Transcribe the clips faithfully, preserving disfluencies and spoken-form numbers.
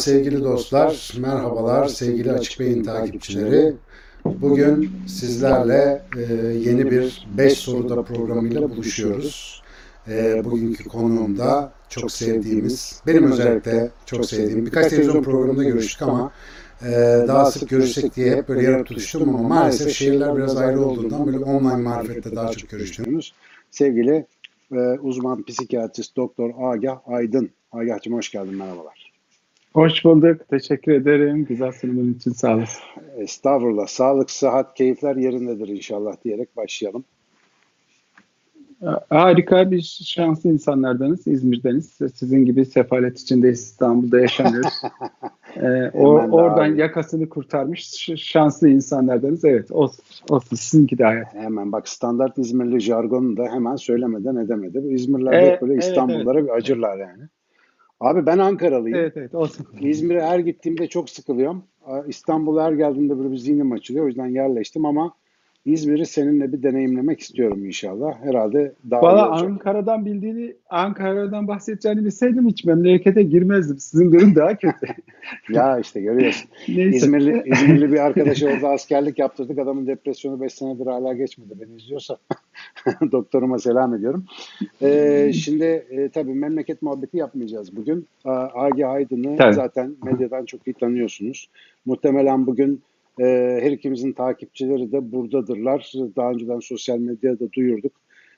sevgili dostlar, merhabalar sevgili Açık Beyin takipçileri. Bugün sizlerle e, yeni bir beş soruda programıyla buluşuyoruz. E, bugünkü konuğum da çok sevdiğimiz, benim özellikle çok sevdiğim, birkaç televizyon programında görüştük ama e, daha sık görüşsek diye hep böyle yarıp tutuştum ama maalesef şehirler biraz ayrı olduğundan böyle online marifette daha çok görüştüğümüz sevgili e, uzman psikiyatrist Doktor Agah Aydın. Agah'cığım hoş geldin, merhabalar. Hoş bulduk. Teşekkür ederim. Güzel sunumun için sağ olasın. Estağfurullah. Sağlık, sıhhat, keyifler yerindedir inşallah diyerek başlayalım. Harika, bir şanslı insanlardanız. İzmir'deniz. Sizin gibi sefalet içindeyiz. İstanbul'da yaşamıyoruz. ee, o, oradan abi yakasını kurtarmış şanslı insanlardanız. Evet, olsun. olsun. Sizinki de hayat. Hemen bak, standart İzmirli jargonu da hemen söylemeden edemedi. Bu İzmirliler ee, hep böyle evet, İstanbullara evet. bir acırlar yani. Abi ben Ankaralıyım. Evet, evet, olsun. İzmir'e her gittiğimde çok sıkılıyorum. İstanbul'a her geldiğimde böyle bir zihnim açılıyor. O yüzden yerleştim ama İzmir'i seninle bir deneyimlemek istiyorum inşallah. Herhalde daha Valla iyi olacak. Ankara'dan bildiğini, Ankara'dan bahsedeceğini bilseydim hiç memlekete girmezdim. Sizin durum daha kötü. Ya işte görüyorsun. İzmirli, İzmirli bir arkadaşı orada askerlik yaptırdık. Adamın depresyonu beş senedir hala geçmedi. Beni izliyorsa doktoruma selam ediyorum. Ee, şimdi e, tabii memleket muhabbeti yapmayacağız bugün. Agah Aydın'ı tabii zaten medyadan çok iyi tanıyorsunuz. Muhtemelen bugün e, her ikimizin takipçileri de buradadırlar. Daha önceden sosyal medyada duyurduk.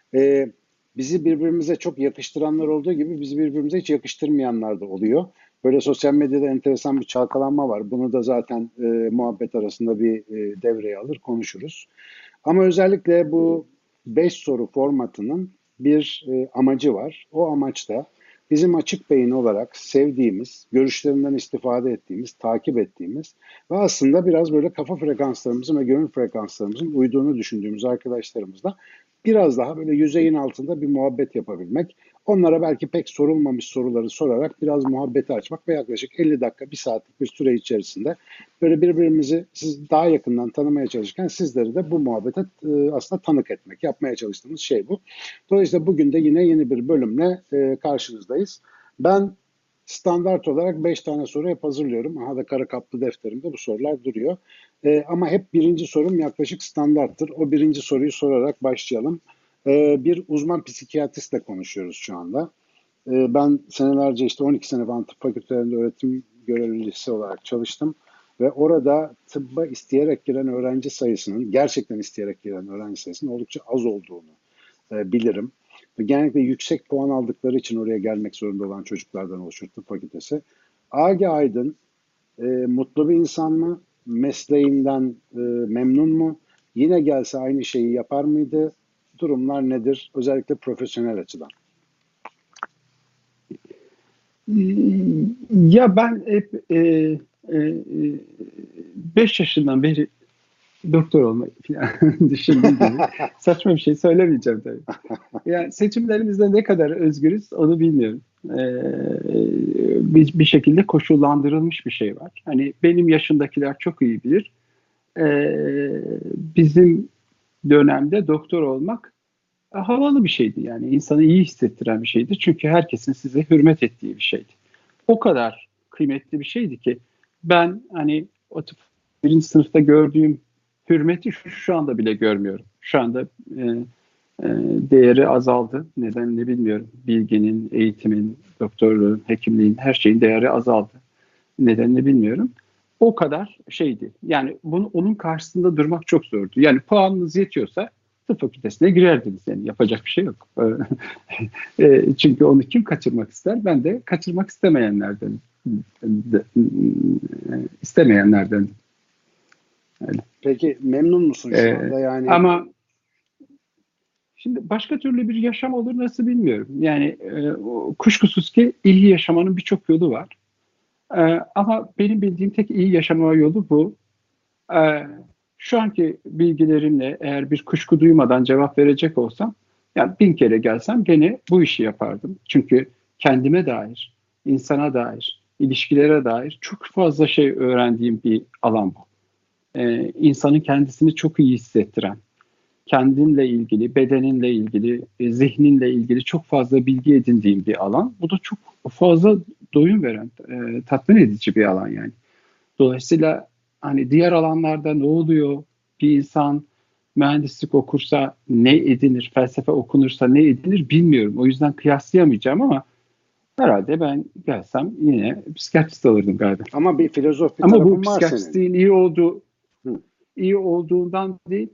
E, bizi birbirimize çok yakıştıranlar olduğu gibi bizi birbirimize hiç yakıştırmayanlar da oluyor. Böyle sosyal medyada enteresan bir çalkalanma var. Bunu da zaten e, muhabbet arasında bir e, devreye alır, konuşuruz. Ama özellikle bu beş soru formatının bir e, amacı var. O amaç da bizim Açık Beyin olarak sevdiğimiz, görüşlerinden istifade ettiğimiz, takip ettiğimiz ve aslında biraz böyle kafa frekanslarımızın ve gönül frekanslarımızın uyduğunu düşündüğümüz arkadaşlarımızla biraz daha böyle yüzeyin altında bir muhabbet yapabilmek. Onlara belki pek sorulmamış soruları sorarak biraz muhabbeti açmak ve yaklaşık elli dakika, bir saatlik bir süre içerisinde böyle birbirimizi siz daha yakından tanımaya çalışırken sizleri de bu muhabbete e, aslında tanık etmek, yapmaya çalıştığımız şey bu. Dolayısıyla bugün de yine yeni bir bölümle e, karşınızdayız. Ben standart olarak beş tane soru hep hazırlıyorum. Aha da kara kaplı defterimde bu sorular duruyor. E, ama hep birinci sorum yaklaşık standarttır. O birinci soruyu sorarak başlayalım. E, bir uzman psikiyatristle konuşuyoruz şu anda. E, ben senelerce işte on iki sene falan tıp fakültelerinde öğretim görevlisi olarak çalıştım. Ve orada tıbba isteyerek giren öğrenci sayısının, gerçekten isteyerek giren öğrenci sayısının oldukça az olduğunu e, bilirim. Ve genellikle yüksek puan aldıkları için oraya gelmek zorunda olan çocuklardan oluşur tıp fakültesi. Agah Aydın e, mutlu bir insan mı? Mesleğinden e, memnun mu? Yine gelse aynı şeyi yapar mıydı? Durumlar nedir? Özellikle profesyonel açıdan. Ya ben hep beş e, e, yaşından beri doktor olmayı falan düşündüğüm gibi saçma bir şey söylemeyeceğim tabii. Yani seçimlerimizde ne kadar özgürüz onu bilmiyorum. Ee, bir, bir şekilde koşullandırılmış bir şey var. Hani benim yaşındakiler çok iyi bilir. Ee, bizim dönemde doktor olmak havalı bir şeydi. Yani insanı iyi hissettiren bir şeydi. Çünkü herkesin size hürmet ettiği bir şeydi. O kadar kıymetli bir şeydi ki ben hani o tıp birinci sınıfta gördüğüm hürmeti şu, şu anda bile görmüyorum. Şu anda e, e, değeri azaldı. Nedenini bilmiyorum. Bilginin, eğitimin, doktorluğun, hekimliğin, her şeyin değeri azaldı. Nedenini bilmiyorum. O kadar şeydi. Yani bunu, onun karşısında durmak çok zordu. Yani puanınız yetiyorsa tıp fakültesine girerdiniz. Yani yapacak bir şey yok. e, çünkü onu kim kaçırmak ister? Ben de kaçırmak istemeyenlerden. istemeyenlerden. Öyle. Peki memnun musun şu anda? Yani ama şimdi başka türlü bir yaşam olur nasıl bilmiyorum. Yani e, kuşkusuz ki iyi yaşamanın birçok yolu var. E, ama benim bildiğim tek iyi yaşama yolu bu. E, şu anki bilgilerimle eğer bir kuşku duymadan cevap verecek olsam, yani bin kere gelsem gene bu işi yapardım. Çünkü kendime dair, insana dair, ilişkilere dair çok fazla şey öğrendiğim bir alan bu. E, insanın kendisini çok iyi hissettiren, kendinle ilgili, bedeninle ilgili, zihninle ilgili çok fazla bilgi edindiğim bir alan. Bu da çok fazla doyum veren, e, tatmin edici bir alan yani. Dolayısıyla hani diğer alanlarda ne oluyor? Bir insan mühendislik okursa ne edinir, felsefe okunursa ne edinir bilmiyorum. O yüzden kıyaslayamayacağım ama herhalde ben gelsem yine psikiyatrist alırdım galiba. Ama bir filozof bir Ama bu tarafın var senin. psikiyatristliğin iyi olduğu Hı. iyi olduğundan değil.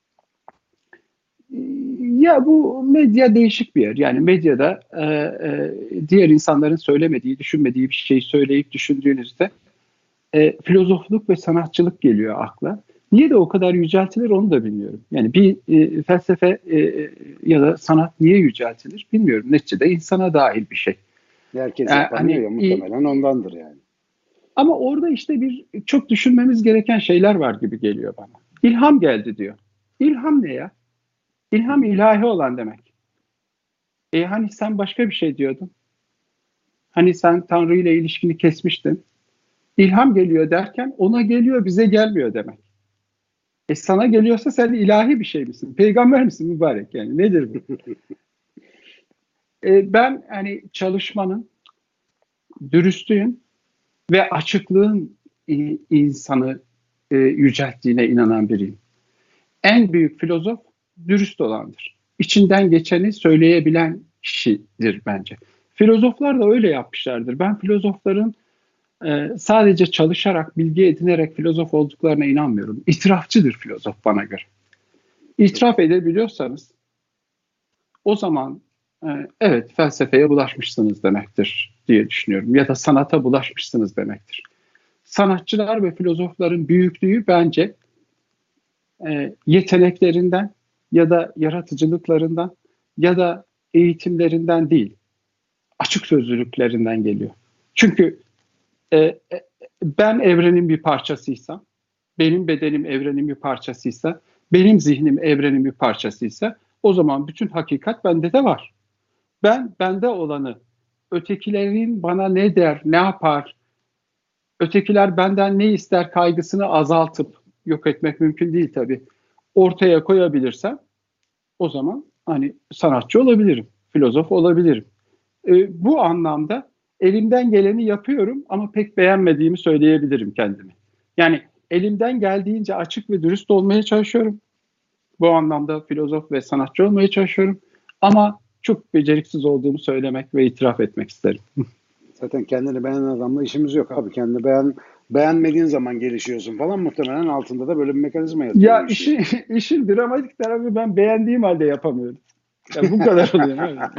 Ya bu medya değişik bir yer. Yani medyada e, e, diğer insanların söylemediği, düşünmediği bir şeyi söyleyip düşündüğünüzde e, filozofluk ve sanatçılık geliyor akla. Niye de o kadar yüceltilir onu da bilmiyorum. Yani bir e, felsefe e, ya da sanat niye yüceltilir bilmiyorum. Neticede insana dahil bir şey. Herkes Yani, yapamıyor hani ya, e, muhtemelen ondandır yani. ama orada işte bir çok düşünmemiz gereken şeyler var gibi geliyor bana. İlham geldi diyor. İlham ne ya? İlham ilahi olan demek. E hani sen başka bir şey diyordun. Hani sen Tanrı ile ilişkini kesmiştin. İlham geliyor derken ona geliyor bize gelmiyor demek. E sana geliyorsa sen ilahi bir şey misin? Peygamber misin mübarek yani? Nedir bu? E, ben hani çalışmanın, dürüstlüğün ve açıklığın i- insanı e, yücelttiğine inanan biriyim. En büyük filozof dürüst olandır. İçinden geçeni söyleyebilen kişidir bence. Filozoflar da öyle yapmışlardır. Ben filozofların e, sadece çalışarak, bilgi edinerek filozof olduklarına inanmıyorum. İtirafçıdır filozof bana göre. İtiraf edebiliyorsanız o zaman e, evet felsefeye bulaşmışsınız demektir diye düşünüyorum. Ya da sanata bulaşmışsınız demektir. Sanatçılar ve filozofların büyüklüğü bence e, yeteneklerinden ya da yaratıcılıklarından ya da eğitimlerinden değil, açık sözlülüklerinden geliyor. Çünkü e, e, ben evrenin bir parçasıysam, benim bedenim evrenin bir parçasıysa, benim zihnim evrenin bir parçasıysa o zaman bütün hakikat bende de var. Ben bende olanı ötekilerin bana ne der, ne yapar, ötekiler benden ne ister kaygısını azaltıp yok etmek mümkün değil tabii. Ortaya koyabilirsem o zaman hani sanatçı olabilirim, filozof olabilirim. E, bu anlamda elimden geleni yapıyorum ama pek beğenmediğimi söyleyebilirim kendime. Yani elimden geldiğince açık ve dürüst olmaya çalışıyorum. Bu anlamda filozof ve sanatçı olmaya çalışıyorum. Ama çok beceriksiz olduğumu söylemek ve itiraf etmek isterim. Zaten kendini beğenen adamla işimiz yok abi. Kendini beğen, beğenmediğin zaman gelişiyorsun falan. Muhtemelen altında da böyle bir mekanizma yatıyor Ya bu işin. işin, işin dramatik tarafı ben beğendiğim halde yapamıyorum. Ya bu kadar oluyor. Değil mi?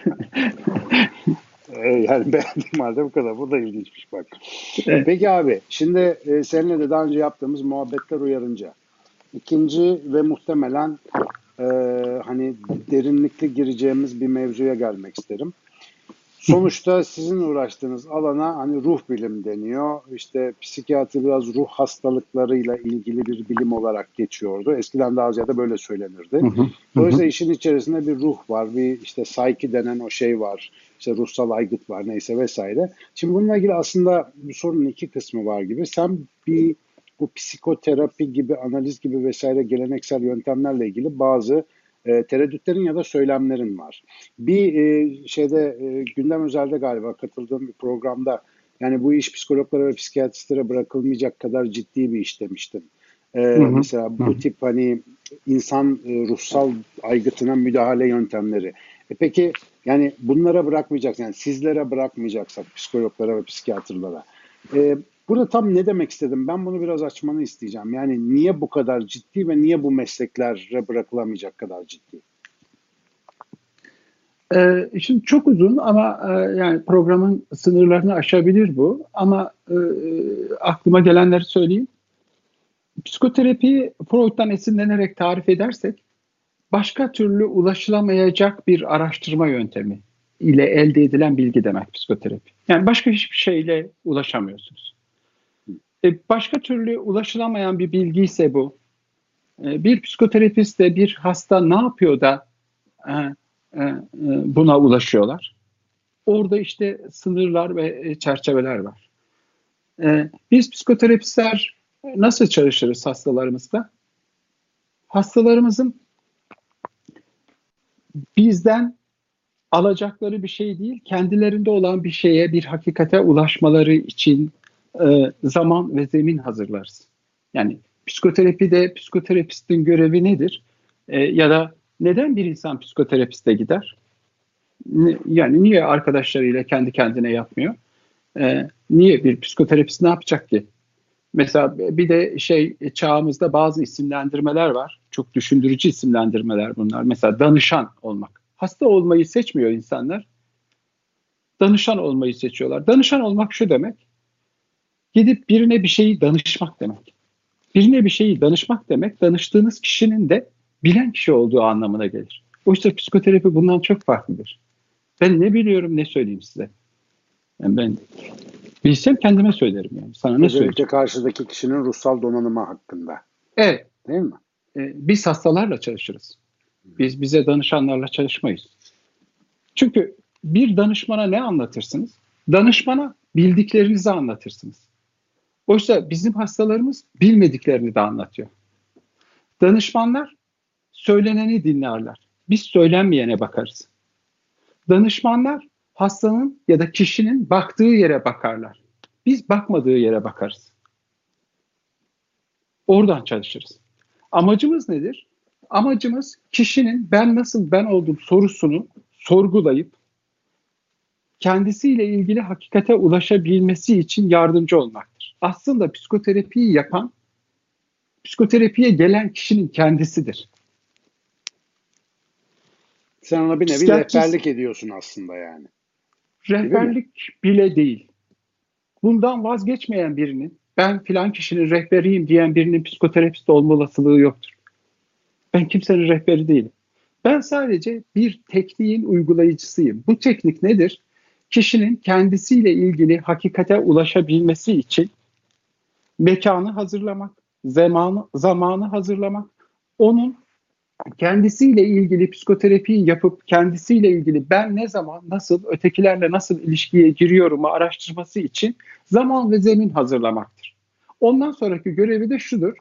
Ee, Yani beğendiğim halde bu kadar. Bu da ilginçmiş bak. Evet. Peki abi, şimdi e, seninle de daha önce yaptığımız muhabbetler uyarınca ikinci ve muhtemelen e, hani derinlikli gireceğimiz bir mevzuya gelmek isterim. Sonuçta sizin uğraştığınız alana hani ruh bilim deniyor. İşte psikiyatri biraz ruh hastalıklarıyla ilgili bir bilim olarak geçiyordu. Eskiden daha ziyade böyle söylenirdi. Hı hı, hı hı. Dolayısıyla işin içerisinde bir ruh var, bir işte psyche denen o şey var. İşte ruhsal aygıt var neyse vesaire. Şimdi bununla ilgili aslında bu sorunun iki kısmı var gibi. Sen bir bu psikoterapi gibi, analiz gibi vesaire geleneksel yöntemlerle ilgili bazı e, tereddütlerin ya da söylemlerin var. Bir e, şeyde e, gündem özelde galiba katıldığım bir programda yani bu iş psikologlara ve psikiyatristlere bırakılmayacak kadar ciddi bir iş demiştin. E, Hı hı, mesela hı bu hı. tip hani insan e, ruhsal aygıtına müdahale yöntemleri. E peki yani bunlara bırakmayacaksın, yani sizlere bırakmayacaksak psikologlara ve psikiyatrlara. E, burada tam ne demek istedim? Ben bunu biraz açmanı isteyeceğim. Yani niye bu kadar ciddi ve niye bu mesleklere bırakılamayacak kadar ciddi? Ee, şimdi çok uzun ama e, yani programın sınırlarını aşabilir bu. Ama e, aklıma gelenleri söyleyeyim. Psikoterapiyi Freud'dan esinlenerek tarif edersek, başka türlü ulaşılamayacak bir araştırma yöntemi ile elde edilen bilgi demek psikoterapi. Yani başka hiçbir şeyle ulaşamıyorsunuz. E, başka türlü ulaşılamayan bir bilgi ise bu. E, bir psikoterapist de bir hasta ne yapıyor da e, e, e, buna ulaşıyorlar? Orada işte sınırlar ve e, çerçeveler var. E, biz psikoterapistler nasıl çalışırız hastalarımızla? Hastalarımızın bizden alacakları bir şey değil, kendilerinde olan bir şeye, bir hakikate ulaşmaları için e, zaman ve zemin hazırlarız. Yani psikoterapide psikoterapistin görevi nedir? E, ya da neden bir insan psikoterapiste gider? Ne- Yani niye arkadaşlarıyla kendi kendine yapmıyor? E, niye bir psikoterapist ne yapacak ki? Mesela bir de şey çağımızda bazı isimlendirmeler var. Çok düşündürücü isimlendirmeler bunlar. Mesela danışan olmak. Hasta olmayı seçmiyor insanlar. Danışan olmayı seçiyorlar. Danışan olmak şu demek. Gidip birine bir şeyi danışmak demek. Birine bir şeyi danışmak demek, danıştığınız kişinin de bilen kişi olduğu anlamına gelir. Oysa psikoterapi bundan çok farklıdır. Ben ne biliyorum ne söyleyeyim size. Yani ben bilsem kendime söylerim yani. Sana ne Özellikle söyleyeceğim? karşıdaki kişinin ruhsal donanımı hakkında. Evet, Değil mi? e, biz hastalarla çalışırız. Biz bize danışanlarla çalışmayız. Çünkü bir danışmana ne anlatırsınız? Danışmana bildiklerinizi anlatırsınız. Oysa bizim hastalarımız bilmediklerini de anlatıyor. Danışmanlar söyleneni dinlerler. Biz söylenmeyene bakarız. Danışmanlar hastanın ya da kişinin baktığı yere bakarlar. Biz bakmadığı yere bakarız. Oradan çalışırız. Amacımız nedir? Amacımız kişinin ben nasıl ben oldum sorusunu sorgulayıp kendisiyle ilgili hakikate ulaşabilmesi için yardımcı olmaktır. Aslında psikoterapiyi yapan, psikoterapiye gelen kişinin kendisidir. Sen ona bir nevi Psikiyatrist rehberlik ediyorsun aslında yani. Gibi mi? rehberlik bile değil. Bundan vazgeçmeyen birinin, ben filan kişinin rehberiyim diyen birinin psikoterapist olma olasılığı yoktur. Ben kimsenin rehberi değilim. Ben sadece bir tekniğin uygulayıcısıyım. Bu teknik nedir? Kişinin kendisiyle ilgili hakikate ulaşabilmesi için mekanı hazırlamak, zamanı, zamanı hazırlamak, onun kendisiyle ilgili psikoterapiyi yapıp kendisiyle ilgili ben ne zaman, nasıl, ötekilerle nasıl ilişkiye giriyorumu araştırması için zaman ve zemin hazırlamaktır. Ondan sonraki görevi de şudur.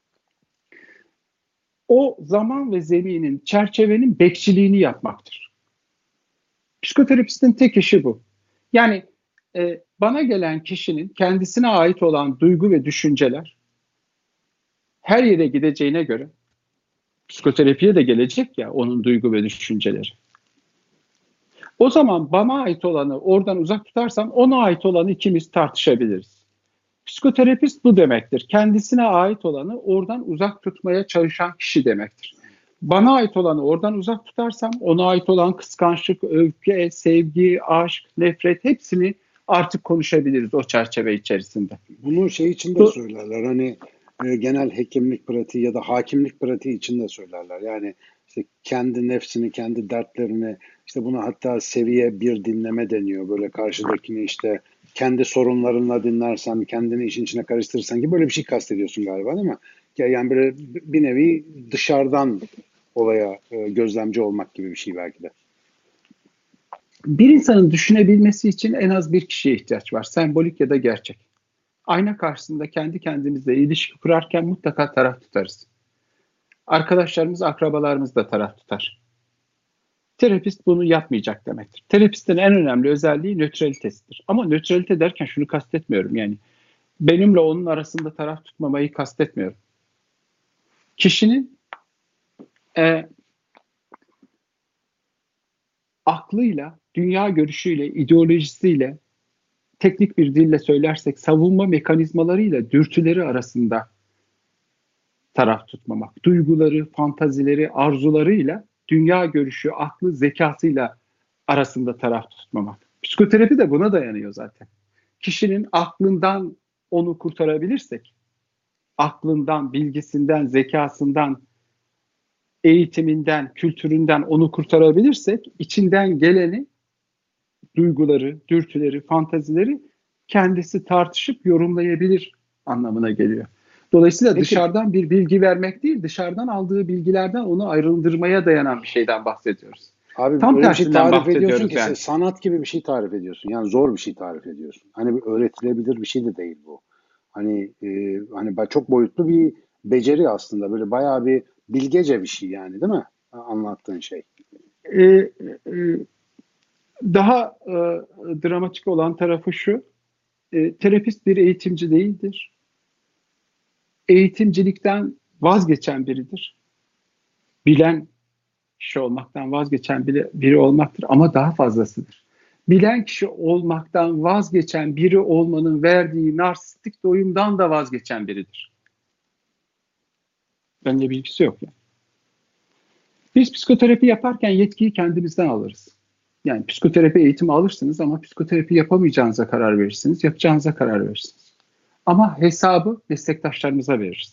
O zaman ve zeminin, çerçevenin bekçiliğini yapmaktır. Psikoterapistin tek işi bu. Yani e, bana gelen kişinin kendisine ait olan duygu ve düşünceler her yere gideceğine göre psikoterapiye de gelecek ya onun duygu ve düşünceleri. O zaman bana ait olanı oradan uzak tutarsam ona ait olanı ikimiz tartışabiliriz. Psikoterapist bu demektir. Kendisine ait olanı oradan uzak tutmaya çalışan kişi demektir. Bana ait olanı oradan uzak tutarsam ona ait olan kıskançlık, öfke, sevgi, aşk, nefret hepsini artık konuşabiliriz o çerçeve içerisinde. Bunu şey için de Bu söylerler. Hani e, genel hekimlik pratiği ya da hakimlik pratiği için de söylerler. Yani işte kendi nefsini, kendi dertlerini, işte buna hatta seviye bir dinleme deniyor. Böyle karşıdakini işte kendi sorunlarınla dinlersen, kendini işin içine karıştırırsan gibi böyle bir şey kastediyorsun galiba değil mi? Ya- Yani böyle bir nevi dışarıdan olaya e, gözlemci olmak gibi bir şey belki de. bir insanın düşünebilmesi için en az bir kişiye ihtiyaç var. Sembolik ya da gerçek. Ayna karşısında kendi kendimizle ilişki kurarken mutlaka taraf tutarız. Arkadaşlarımız, akrabalarımız da taraf tutar. Terapist bunu yapmayacak demektir. Terapistin en önemli özelliği nötralitesidir. Ama nötralite derken şunu kastetmiyorum yani. Benimle onun arasında taraf tutmamayı kastetmiyorum. Kişinin e, aklıyla, dünya görüşüyle, ideolojisiyle, teknik bir dille söylersek savunma mekanizmalarıyla dürtüleri arasında taraf tutmamak. Duyguları, fantazileri, arzularıyla dünya görüşü, aklı, zekasıyla arasında taraf tutmamak. Psikoterapi de buna dayanıyor zaten. Kişinin aklından onu kurtarabilirsek, aklından, bilgisinden, zekasından, eğitiminden, kültüründen onu kurtarabilirsek, içinden geleni, duyguları, dürtüleri, fantazileri kendisi tartışıp yorumlayabilir anlamına geliyor. Dolayısıyla Peki dışarıdan bir bilgi vermek değil, dışarıdan aldığı bilgilerden onu ayrıldırmaya dayanan bir şeyden bahsediyoruz. abi Tam öyle bir şey tersinden tarif ediyorsun bahsediyoruz ki yani. sanat gibi bir şey tarif ediyorsun. Yani zor bir şey tarif ediyorsun. Hani bir öğretilebilir bir şey de değil bu. Hani e, hani ba- çok boyutlu bir beceri aslında. Böyle bayağı bir bilgece bir şey yani değil mi? Anlattığın şey. Ee, e, Daha e, dramatik olan tarafı şu, e, terapist bir eğitimci değildir. Eğitimcilikten vazgeçen biridir. Bilen kişi olmaktan vazgeçen biri, biri olmaktır ama daha fazlasıdır. Bilen kişi olmaktan vazgeçen biri olmanın verdiği narsistik doyumdan da vazgeçen biridir. Bence bilgisi yok yani. Biz psikoterapi yaparken yetkiyi kendimizden alırız. Yani psikoterapi eğitimi alırsınız ama psikoterapi yapamayacağınıza karar verirsiniz, yapacağınıza karar verirsiniz. Ama hesabı meslektaşlarımıza veririz.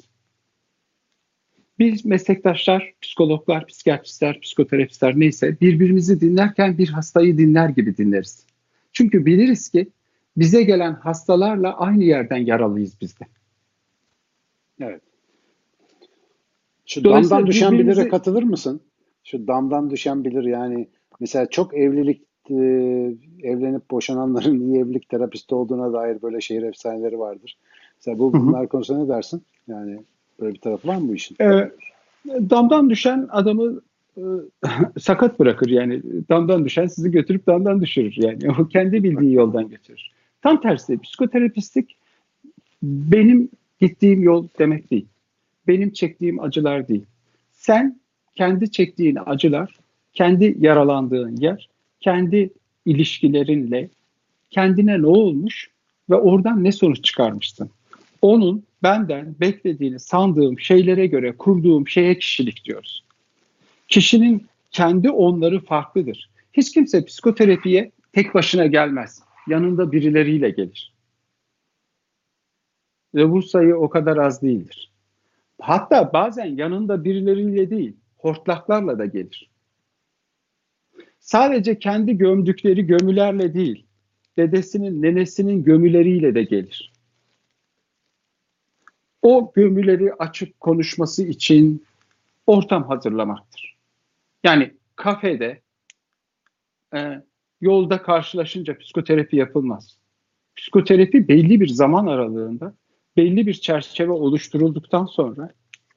Biz meslektaşlar, psikologlar, psikiyatristler, psikoterapistler neyse birbirimizi dinlerken bir hastayı dinler gibi dinleriz. Çünkü biliriz ki bize gelen hastalarla aynı yerden yaralıyız biz de. Evet. Şu damdan Dolayısıyla düşen bilire birbirimizi katılır mısın? Şu damdan düşen bilir yani mesela çok evlilik e, evlenip boşananların iyi evlilik terapisti olduğuna dair böyle şehir efsaneleri vardır. Mesela bu hı hı. bunlar konusunda ne dersin? Yani böyle bir tarafı var mı bu işin? Ee, damdan düşen adamı e, sakat bırakır yani. Damdan düşen sizi götürüp damdan düşürür yani. O kendi bildiği yoldan götürür. Tam tersi psikoterapistlik benim gittiğim yol demek değil. Benim çektiğim acılar değil. Sen kendi çektiğin acılar, kendi yaralandığın yer, kendi ilişkilerinle kendine ne olmuş ve oradan ne sonuç çıkarmışsın? Onun benden beklediğini sandığım şeylere göre kurduğum şeye kişilik diyoruz. Kişinin kendi onları farklıdır. Hiç kimse psikoterapiye tek başına gelmez. Yanında birileriyle gelir. Ve bu sayı o kadar az değildir. Hatta bazen yanında birileriyle değil, hortlaklarla da gelir. Sadece kendi gömdükleri gömülerle değil, dedesinin, nenesinin gömüleriyle de gelir. O gömüleri açık konuşması için ortam hazırlamaktır. Yani kafede, e, yolda karşılaşınca psikoterapi yapılmaz. Psikoterapi belli bir zaman aralığında, belli bir çerçeve oluşturulduktan sonra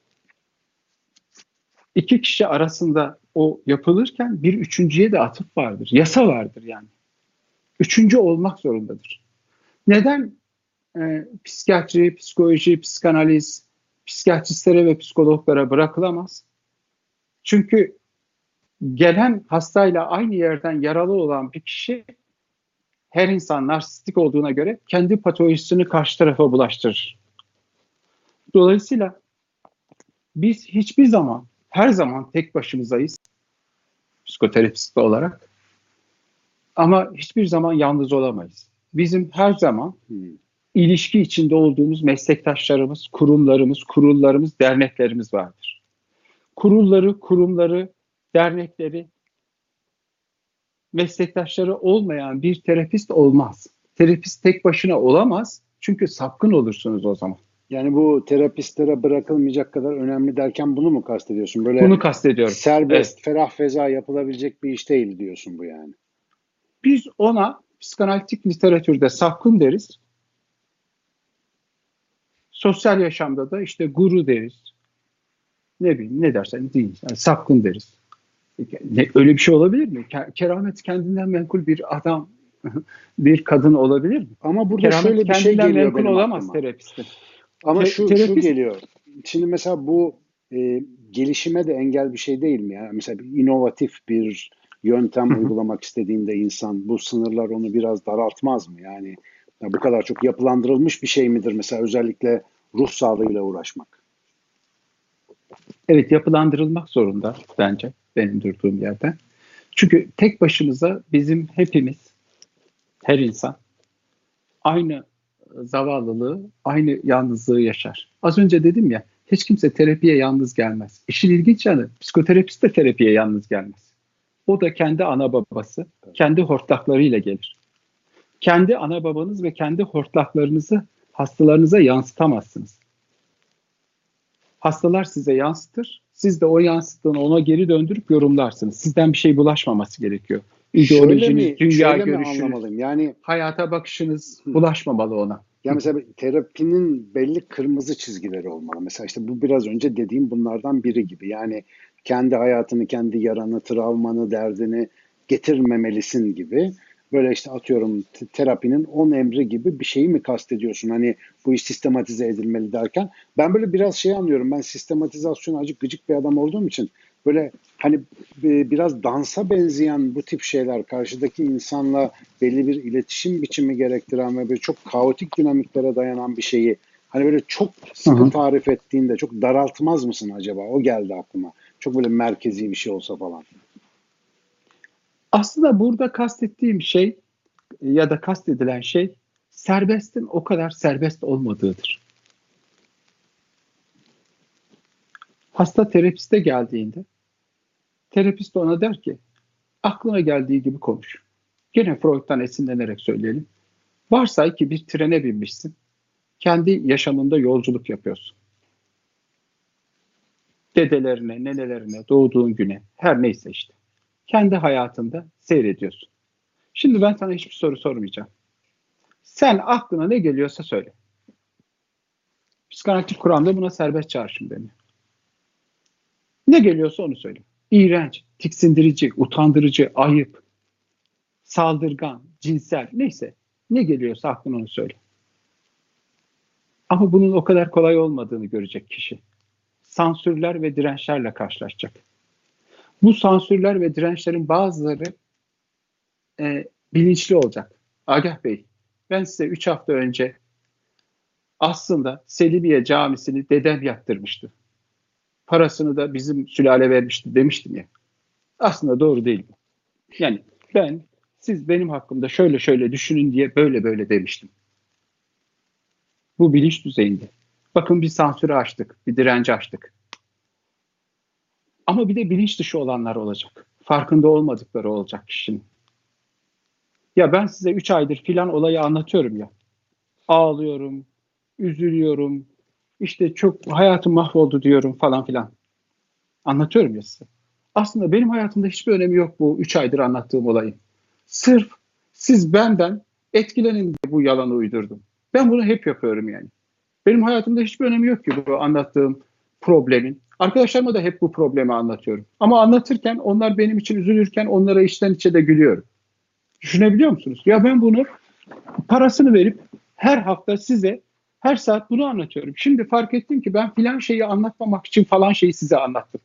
iki kişi arasında o yapılırken bir üçüncüye de atıf vardır. Yasa vardır yani. Üçüncü olmak zorundadır. Neden e, psikiyatri, psikoloji, psikanaliz, psikiyatristlere ve psikologlara bırakılamaz? Çünkü gelen hastayla aynı yerden yaralı olan bir kişi her insan narsistik olduğuna göre kendi patolojisini karşı tarafa bulaştırır. Dolayısıyla biz hiçbir zaman, her zaman tek başımızayız psikoterapist olarak ama hiçbir zaman yalnız olamayız. Bizim her zaman Hmm. ilişki içinde olduğumuz meslektaşlarımız, kurumlarımız, kurullarımız, derneklerimiz vardır. Kurulları, kurumları, dernekleri, meslektaşları olmayan bir terapist olmaz. Terapist tek başına olamaz çünkü sapkın olursunuz o zaman. Yani bu terapistlere bırakılmayacak kadar önemli derken bunu mu kastediyorsun? Böyle Bunu kastediyorum. serbest, Evet. ferah feza yapılabilecek bir iş değil diyorsun bu yani. Biz ona psikanalitik literatürde sapkın deriz. Sosyal yaşamda da işte guru deriz. Ne bileyim ne dersen deyin. Yani sapkın deriz. Ne, öyle bir şey olabilir mi? Keramet kendinden menkul bir adam, bir kadın olabilir mi? Ama burada Keramet şöyle bir şey kendinden geliyor menkul benim olamaz aklıma. terapistin. Ama Te- şu şu terapist geliyor. Şimdi mesela bu e, gelişime de engel bir şey değil mi ya? Mesela bir inovatif bir yöntem uygulamak istediğinde insan bu sınırlar onu biraz daraltmaz mı? Yani ya bu kadar çok yapılandırılmış bir şey midir mesela özellikle ruh sağlığıyla uğraşmak? evet yapılandırılmak zorunda bence benim durduğum yerden. Çünkü tek başımıza bizim hepimiz, her insan aynı zavallılığı, aynı yalnızlığı yaşar. Az önce dedim ya, hiç kimse terapiye yalnız gelmez. İşin ilginç yanı, psikoterapist de terapiye yalnız gelmez. O da kendi ana babası, kendi hortlaklarıyla gelir. Kendi ana babanız ve kendi hortlaklarınızı hastalarınıza yansıtamazsınız. Hastalar size yansıtır, siz de o yansıttığını ona geri döndürüp yorumlarsınız. Sizden bir şey bulaşmaması gerekiyor. Şöyle İdeolojiniz, mi dünya şöyle mi görüşünüz, anlamalıyım? Yani hayata bakışınız bulaşmamalı ona. ya mesela bir terapinin belli kırmızı çizgileri olmalı. Mesela işte bu biraz önce dediğim bunlardan biri gibi. Yani kendi hayatını, kendi yaranı, travmanı, derdini getirmemelisin gibi. Böyle işte atıyorum terapinin on emri gibi bir şeyi mi kastediyorsun? Hani bu iş sistematize edilmeli derken. Ben böyle biraz şey anlıyorum. Ben sistematizasyona acık gıcık bir adam olduğum için böyle hani biraz dansa benzeyen bu tip şeyler karşıdaki insanla belli bir iletişim biçimi gerektiren ve böyle çok kaotik dinamiklere dayanan bir şeyi hani böyle çok Hı sıkı hı. tarif ettiğinde çok daraltmaz mısın acaba? O geldi aklıma. Çok böyle merkezi bir şey olsa falan. Aslında burada kastettiğim şey ya da kastedilen şey serbestin o kadar serbest olmadığıdır. Hasta terapiste geldiğinde terapist ona der ki aklına geldiği gibi konuş. Gene Freud'dan esinlenerek söyleyelim. Varsay ki bir trene binmişsin. Kendi yaşamında yolculuk yapıyorsun. Dedelerine, nenelerine, doğduğun güne, her neyse işte. Kendi hayatında seyrediyorsun. Şimdi ben sana hiçbir soru sormayacağım. Sen aklına ne geliyorsa söyle. Psikanalitik kuramda buna serbest çağrışım deniyor. Ne geliyorsa onu söyle. İğrenç, tiksindirici, utandırıcı, ayıp, saldırgan, cinsel neyse. Ne geliyorsa aklına onu söyle. Ama bunun o kadar kolay olmadığını görecek kişi. Sansürler ve dirençlerle karşılaşacak. Bu sansürler ve dirençlerin bazıları e, bilinçli olacak. Agah Bey, ben size üç hafta önce aslında Selimiye Camisi'ni dedem yaptırmıştı. Parasını da bizim sülale vermişti demiştim ya. Aslında doğru değil bu. Yani ben siz benim hakkımda şöyle şöyle düşünün diye böyle böyle demiştim. Bu bilinç düzeyinde. Bakın bir sansürü açtık, bir direnci açtık. Ama bir de bilinç dışı olanlar olacak. Farkında olmadıkları olacak kişinin. Ya ben size üç aydır filan olayı anlatıyorum ya. Ağlıyorum, üzülüyorum, işte çok hayatım mahvoldu diyorum falan filan. Anlatıyorum ya size. Aslında benim hayatımda hiçbir önemi yok bu üç aydır anlattığım olayın. Sırf siz benden etkilenin diye bu yalanı uydurdum. Ben bunu hep yapıyorum yani. Benim hayatımda hiçbir önemi yok ki bu anlattığım problemin. Arkadaşlarıma da hep bu problemi anlatıyorum. Ama anlatırken onlar benim için üzülürken onlara içten içe de gülüyorum. Düşünebiliyor musunuz? Ya ben bunu parasını verip her hafta size her saat bunu anlatıyorum. Şimdi fark ettim ki ben filan şeyi anlatmamak için falan şeyi size anlattım.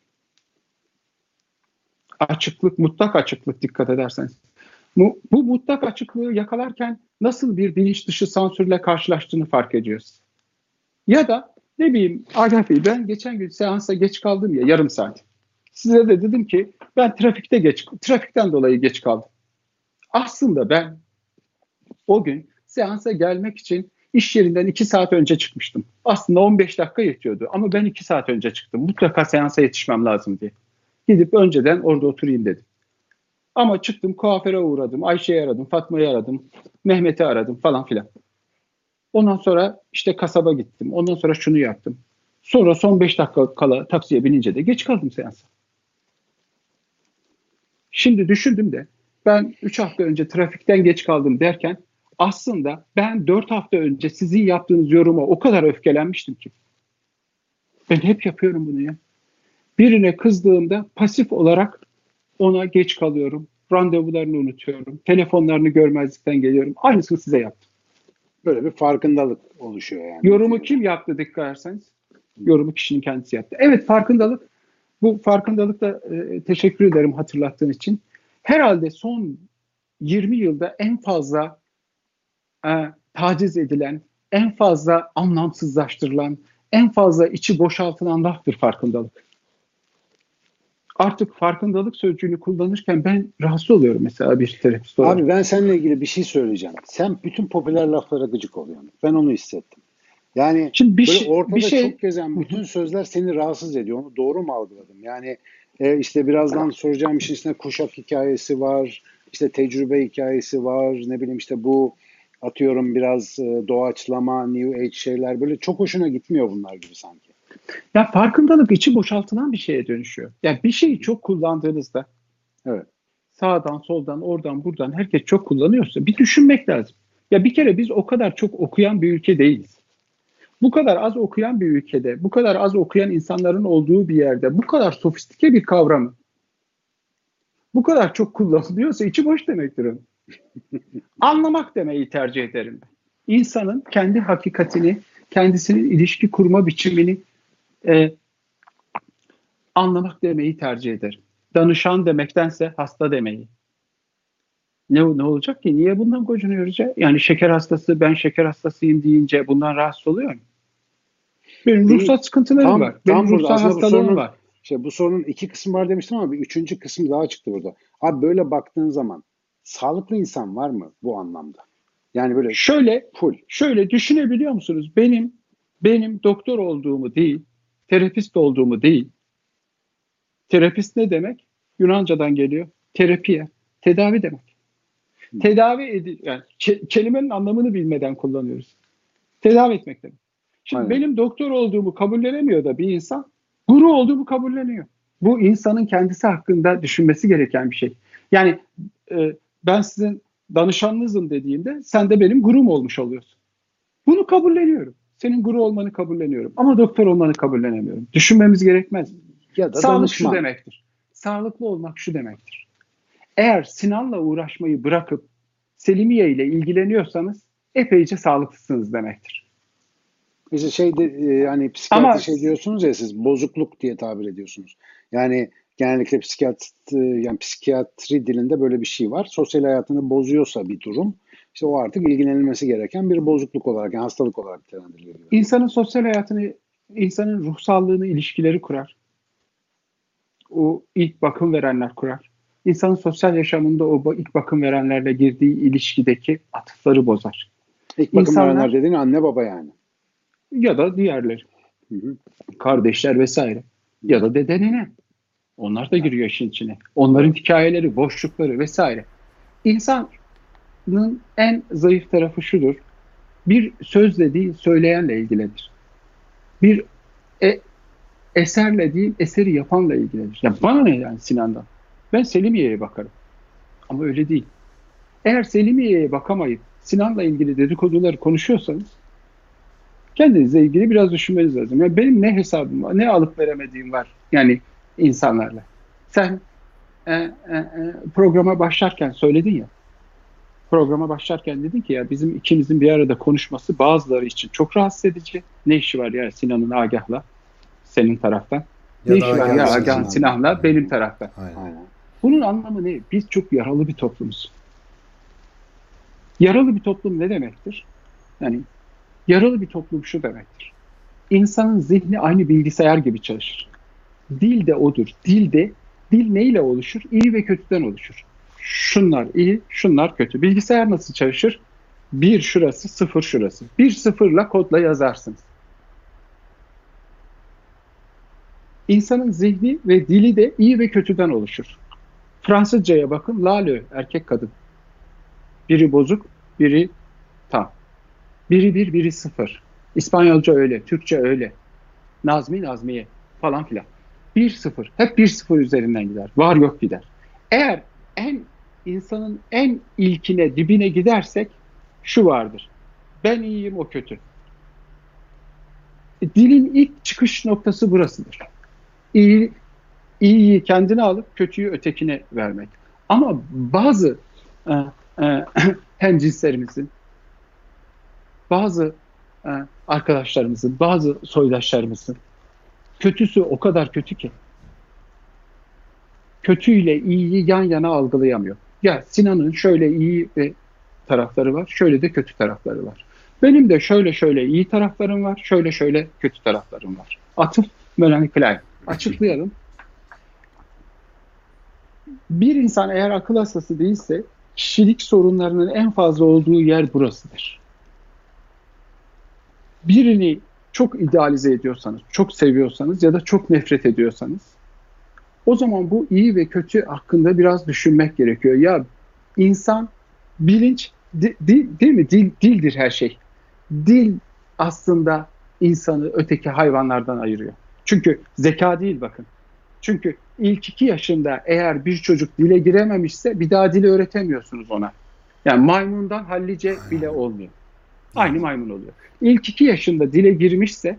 Açıklık, mutlak açıklık dikkat ederseniz. Bu, bu mutlak açıklığı yakalarken nasıl bir bilinç dışı sansürle karşılaştığını fark ediyoruz. Ya da ne bileyim Agah Bey ben geçen gün seansa geç kaldım ya yarım saat. Size de dedim ki ben trafikte geç, trafikten dolayı geç kaldım. Aslında ben o gün seansa gelmek için iş yerinden iki saat önce çıkmıştım. Aslında on beş dakika yetiyordu ama ben iki saat önce çıktım. Mutlaka seansa yetişmem lazım diye. Gidip önceden orada oturayım dedim. Ama çıktım kuaföre uğradım, Ayşe'yi aradım, Fatma'yı aradım, Mehmet'i aradım falan filan. Ondan sonra işte kasaba gittim. Ondan sonra şunu yaptım. Sonra son beş dakika kala taksiye binince de geç kaldım seansa. Şimdi düşündüm de ben üç hafta önce trafikten geç kaldım derken aslında ben dört hafta önce sizin yaptığınız yoruma o kadar öfkelenmiştim ki. Ben hep yapıyorum bunu ya. Birine kızdığımda pasif olarak ona geç kalıyorum. Randevularını unutuyorum. Telefonlarını görmezlikten geliyorum. Aynısını size yaptım. Böyle bir farkındalık oluşuyor yani. Yorumu kim yaptı dikkat ederseniz? Yorumu kişinin kendisi yaptı. Evet farkındalık. Bu farkındalıkta e, teşekkür ederim hatırlattığın için. Herhalde son yirmi yılda en fazla e, taciz edilen, en fazla anlamsızlaştırılan, en fazla içi boşaltılan laftır farkındalık. Artık farkındalık sözcüğünü kullanırken ben rahatsız oluyorum mesela bir terapist olarak. Abi ben seninle ilgili bir şey söyleyeceğim. Sen bütün popüler laflara gıcık oluyorsun. Ben onu hissettim. Yani Şimdi bir böyle şey, ortada bir şey çok gezen bütün sözler seni rahatsız ediyor. Onu doğru mu algıladım? Yani e, işte birazdan soracağım işin içinde kuşak hikayesi var. İşte tecrübe hikayesi var. Ne bileyim işte bu atıyorum biraz e, doğaçlama, new age şeyler böyle çok hoşuna gitmiyor bunlar gibi sanki. ya farkındalık içi boşaltılan bir şeye dönüşüyor. Yani bir şeyi çok kullandığınızda Evet. sağdan, soldan, oradan, buradan herkes çok kullanıyorsa bir düşünmek lazım. Ya bir kere biz o kadar çok okuyan bir ülke değiliz. Bu kadar az okuyan bir ülkede, bu kadar az okuyan insanların olduğu bir yerde bu kadar sofistike bir kavramı bu kadar çok kullanılıyorsa içi boş demektir onun. Anlamak demeyi tercih ederim ben. İnsanın kendi hakikatini, kendisinin ilişki kurma biçimini e, anlamak demeyi tercih ederim. Danışan demektense hasta demeyi. Ne, ne olacak ki? Niye bundan gocunuyoruz ya? Yani şeker hastası, ben şeker hastasıyım deyince bundan rahatsız oluyor mu? Benim Değil. ruhsal sıkıntılarım Tam, var. Benim tam burada ruhsal aslında bu hastalığım sorunun var. işte bu sorunun iki kısmı var demiştim ama bir üçüncü kısım daha çıktı burada. Abi böyle baktığın zaman sağlıklı insan var mı bu anlamda? Yani böyle Şöyle, full. şöyle düşünebiliyor musunuz? Benim benim doktor olduğumu değil, terapist olduğumu değil. Terapist ne demek? Yunanca'dan geliyor. Terapiye, tedavi demek. Hı. Tedavi edil, yani ke- kelimenin anlamını bilmeden kullanıyoruz. Tedavi etmek demek. Şimdi Aynen. benim doktor olduğumu kabullenemiyor da bir insan, guru olduğumu kabulleniyor. Bu insanın kendisi hakkında düşünmesi gereken bir şey. Yani e, ben sizin danışanınızım dediğimde sen de benim gurum olmuş oluyorsun. Bunu kabulleniyorum. Senin guru olmanı kabulleniyorum. Ama doktor olmanı kabullenemiyorum. Düşünmemiz gerekmez. Ya da Sağlık danışman. şu demektir. Sağlıklı olmak şu demektir. Eğer Sinan'la uğraşmayı bırakıp Selimiye ile ilgileniyorsanız epeyce sağlıklısınız demektir. İşte şey de, e, hani psikiyatri Ama şey diyorsunuz ya siz bozukluk diye tabir ediyorsunuz. Yani genellikle psikiyatri, yani psikiyatri dilinde böyle bir şey var. Sosyal hayatını bozuyorsa bir durum, işte o artık ilgilenilmesi gereken bir bozukluk olarak, yani hastalık olarak nitelendiriliyor. insanın sosyal hayatını, insanın ruh sağlığını ilişkileri kurar. O ilk bakım verenler kurar. İnsanın sosyal yaşamında o ilk bakım verenlerle girdiği ilişkideki atıfları bozar. İlk bakım İnsanlar, verenler dediğin anne baba yani. ya da diğerleri, Hı hı. kardeşler vesaire, ya da dede nene. Onlar da giriyor işin içine. Onların hikayeleri, boşlukları vesaire. İnsanın en zayıf tarafı şudur. Bir sözle değil, söyleyenle ilgilenir. Bir e, eserle değil, eseri yapanla ilgilenir. Ya bana ne yani Sinan'dan? Ben Selimiye'ye bakarım. Ama öyle değil. Eğer Selimiye'ye bakamayıp Sinan'la ilgili dedikoduları konuşuyorsanız kendinizle ilgili biraz düşünmeniz lazım. Yani benim ne hesabım var, ne alıp veremediğim var yani insanlarla. Sen e, e, e, programa başlarken söyledin ya, programa başlarken dedin ki ya bizim ikimizin bir arada konuşması bazıları için çok rahatsız edici. Ne işi var ya Sinan'ın Agah'la senin taraftan? Ya Ne da işi var Agah'ın ya Sinan'la. Agah'ın Sinan'la benim taraftan? Aynen. Aynen. Bunun anlamı ne? Biz çok yaralı bir toplumuz. Yaralı bir toplum ne demektir? Yani yaralı bir toplum şu demektir. İnsanın zihni aynı bilgisayar gibi çalışır. Dil de odur. Dil de, dil neyle oluşur? İyi ve kötüden oluşur. Şunlar iyi, şunlar kötü. Bilgisayar nasıl çalışır? Bir şurası, sıfır şurası. Bir sıfırla kodla yazarsınız. İnsanın zihni ve dili de iyi ve kötüden oluşur. Fransızcaya bakın, la le, erkek kadın. Biri bozuk, biri tam. Biri bir, biri sıfır. İspanyolca öyle, Türkçe öyle. Nazmi, Nazmiye falan filan. Bir sıfır. Hep bir sıfır üzerinden gider. Var yok gider. Eğer en insanın en ilkine, dibine gidersek şu vardır. Ben iyiyim, o kötü. E, dilin ilk çıkış noktası burasıdır. İyi, iyiyi kendine alıp kötüyü ötekine vermek. Ama bazı e, e, hemcinslerimizin, bazı e, arkadaşlarımızın, bazı soydaşlarımızın kötüsü o kadar kötü ki kötüyle iyiyi yan yana algılayamıyor. Ya Sinan'ın şöyle iyi ve tarafları var, şöyle de kötü tarafları var. Benim de şöyle şöyle iyi taraflarım var, şöyle şöyle kötü taraflarım var. Atıf Melanie Klein. Açıklayalım. Bir insan eğer akıl hastası değilse kişilik sorunlarının en fazla olduğu yer burasıdır. Birini çok idealize ediyorsanız, çok seviyorsanız ya da çok nefret ediyorsanız o zaman bu iyi ve kötü hakkında biraz düşünmek gerekiyor. Ya insan bilinç di, di, değil mi? Dil, dildir her şey. Dil aslında insanı öteki hayvanlardan ayırıyor. Çünkü zeka değil bakın. Çünkü ilk iki yaşında eğer bir çocuk dile girememişse bir daha dili öğretemiyorsunuz ona. Yani maymundan hallice bile olmuyor. Aynı maymun oluyor. İlk iki yaşında dile girmişse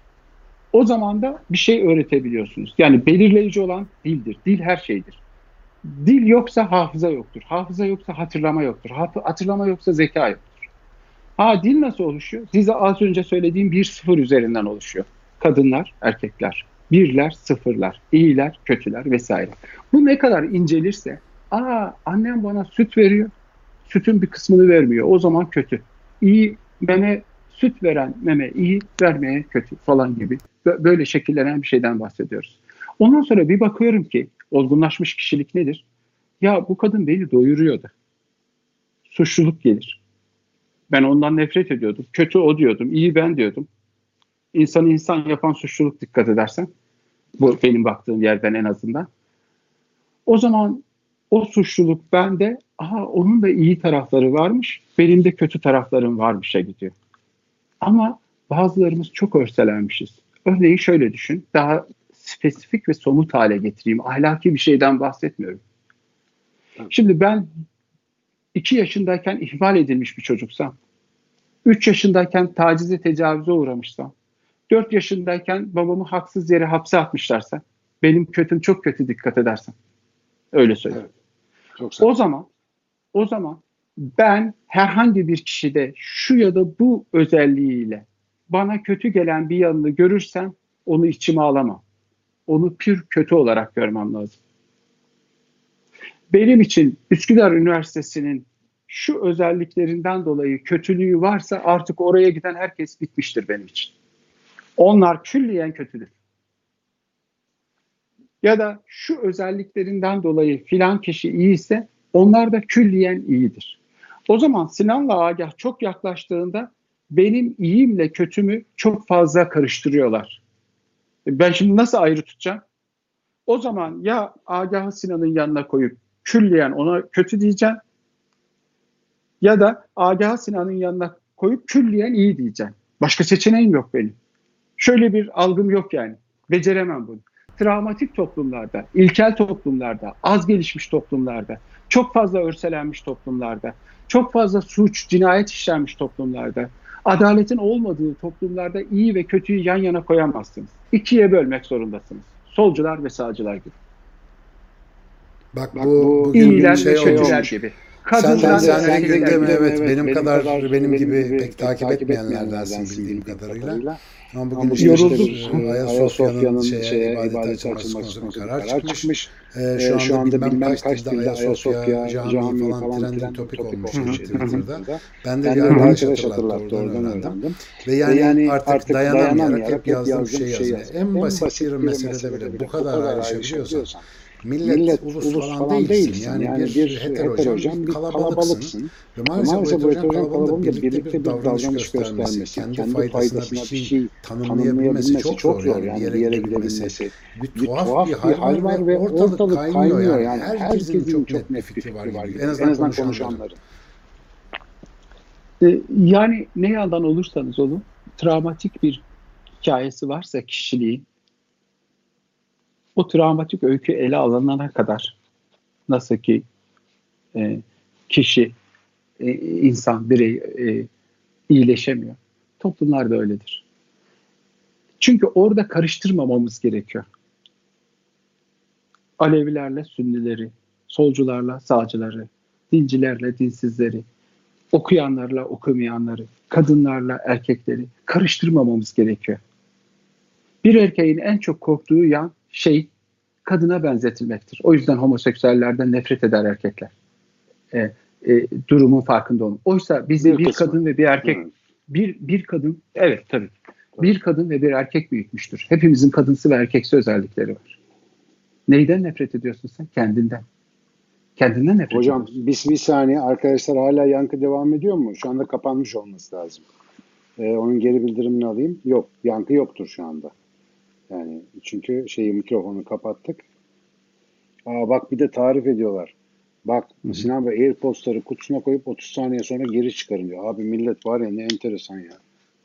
o zaman da bir şey öğretebiliyorsunuz. Yani belirleyici olan dildir. Dil her şeydir. Dil yoksa hafıza yoktur. Hafıza yoksa hatırlama yoktur. Hatırlama yoksa zeka yoktur. Ha, dil nasıl oluşuyor? Size az önce söylediğim bir sıfır üzerinden oluşuyor. Kadınlar, erkekler. Birler, sıfırlar. İyiler, kötüler vesaire. Bu ne kadar incelirse, aa annem bana süt veriyor. Sütün bir kısmını vermiyor. O zaman kötü. İyi meme, süt veren meme iyi, vermeye kötü falan gibi. Böyle şekillenen bir şeyden bahsediyoruz. Ondan sonra bir bakıyorum ki olgunlaşmış kişilik nedir? Ya bu kadın beni doyuruyordu. Suçluluk gelir. Ben ondan nefret ediyordum. Kötü o diyordum. İyi ben diyordum. İnsanı insan yapan suçluluk, dikkat edersen. Bu benim baktığım yerden en azından. O zaman o suçluluk bende, aha onun da iyi tarafları varmış, benim de kötü taraflarım varmış'a gidiyor. Ama bazılarımız çok örselenmişiz. Örneğin şöyle düşün, daha spesifik ve somut hale getireyim. Ahlaki bir şeyden bahsetmiyorum. Şimdi ben iki yaşındayken ihmal edilmiş bir çocuksam, üç yaşındayken tacize, tecavüze uğramışsam, dört yaşındayken babamı haksız yere hapse atmışlarsa, benim kötüm çok kötü, dikkat edersen. Öyle söyleyeyim. Evet, çok o zaman o zaman ben herhangi bir kişide şu ya da bu özelliğiyle bana kötü gelen bir yanını görürsem onu içime alamam. Onu pür kötü olarak görmem lazım. Benim için Üsküdar Üniversitesi'nin şu özelliklerinden dolayı kötülüğü varsa artık oraya giden herkes bitmiştir benim için. Onlar külliyen kötüdür. Ya da şu özelliklerinden dolayı filan kişi iyiyse onlar da külliyen iyidir. O zaman Sinan'la Agah çok yaklaştığında benim iyimle kötümü çok fazla karıştırıyorlar. Ben şimdi nasıl ayrı tutacağım? O zaman ya Agah'ı Sinan'ın yanına koyup külliyen ona kötü diyeceğim, ya da Agah'ı Sinan'ın yanına koyup külliyen iyi diyeceğim. Başka seçeneğim yok benim. Şöyle bir algım yok yani. Beceremem bunu. Travmatik toplumlarda, ilkel toplumlarda, az gelişmiş toplumlarda, çok fazla örselenmiş toplumlarda, çok fazla suç, cinayet işlenmiş toplumlarda, adaletin olmadığı toplumlarda iyi ve kötüyü yan yana koyamazsınız. İkiye bölmek zorundasınız. Solcular ve sağcılar gibi. Bak, Bak bu bugün İyiler şey ve kötüler olmuş. gibi. Kadınlar sen, sen erkekler gündeme gibi. evet, evet benim, benim kadar, kadar benim gibi benim pek, pek takip takip etmeyenlerdensin etmeyenlerdensin bildiğim bildiğim kadarıyla. kadarıyla. Ama bugün Ama işte, yoruldum. işte Ayasofya'nın şeye, şeye ibadete açılması konusunda bir karar çıkmış. çıkmış. Ee, şu, anda şu anda bilmem, bilmem kaç dilde Ayasofya Camii falan, falan trending topik olmuş Twitter'da. Ben de bir arkadaş hatırlattı, oradan öğrendim. Ve yani, yani artık, artık dayanamayarak, dayanamayarak hep yazdığım bir şey yazmaya. En, en basit bir meselede bile bu kadar ayrışabiliyorsan, millet, millet ulus, ulus falan, falan değilsin. değilsin. Yani, yani bir, bir heterojen, bir kalabalıksın. Ve maalesef, maalesef bu heterojen kalabalığın da birlikte bir davranış, davranış göstermesi, kendi, kendi faydasına, faydasına bir şey tanımlayabilmesi çok zor. Yani, yani bir yere gidebilmesi. Bir tuhaf bir hal var ve ortalık kaynıyor. Yani herkesin çok net bir fikri var gibi. En azından konuşanların. Yani ne yandan olursanız olun, travmatik bir hikayesi varsa kişiliğin, o travmatik öykü ele alınana kadar, nasıl ki e, kişi, e, insan, birey e, iyileşemiyor. Toplumlar da öyledir. Çünkü orada karıştırmamamız gerekiyor. Alevilerle Sünnileri, solcularla sağcıları, dincilerle dinsizleri, okuyanlarla okumayanları, kadınlarla erkekleri karıştırmamamız gerekiyor. Bir erkeğin en çok korktuğu yan şey kadına benzetilmektir. O yüzden homoseksüellerden nefret eder erkekler. E, e, durumun farkında olun. Oysa bizi bir, bir kadın ve bir erkek, hmm. bir bir kadın, evet tabii, bir kadın ve bir erkek büyütmüştür. Hepimizin kadınsı ve erkeksi özellikleri var. Neyden nefret ediyorsun sen? Kendinden. Kendinden nefret Hocam, ediyorsun. Hocam bir, bir saniye, arkadaşlar hala yankı devam ediyor mu? Şu anda kapanmış olması lazım. Ee, onun geri bildirimini alayım. Yok, yankı yoktur şu anda. Yani çünkü şeyi, mikrofonu kapattık. Aa bak, bir de tarif ediyorlar. Bak, Hı-hı. Sinan Bey AirPods'ları kutusuna koyup otuz saniye sonra geri çıkarın diyor. Abi millet var ya, ne enteresan ya.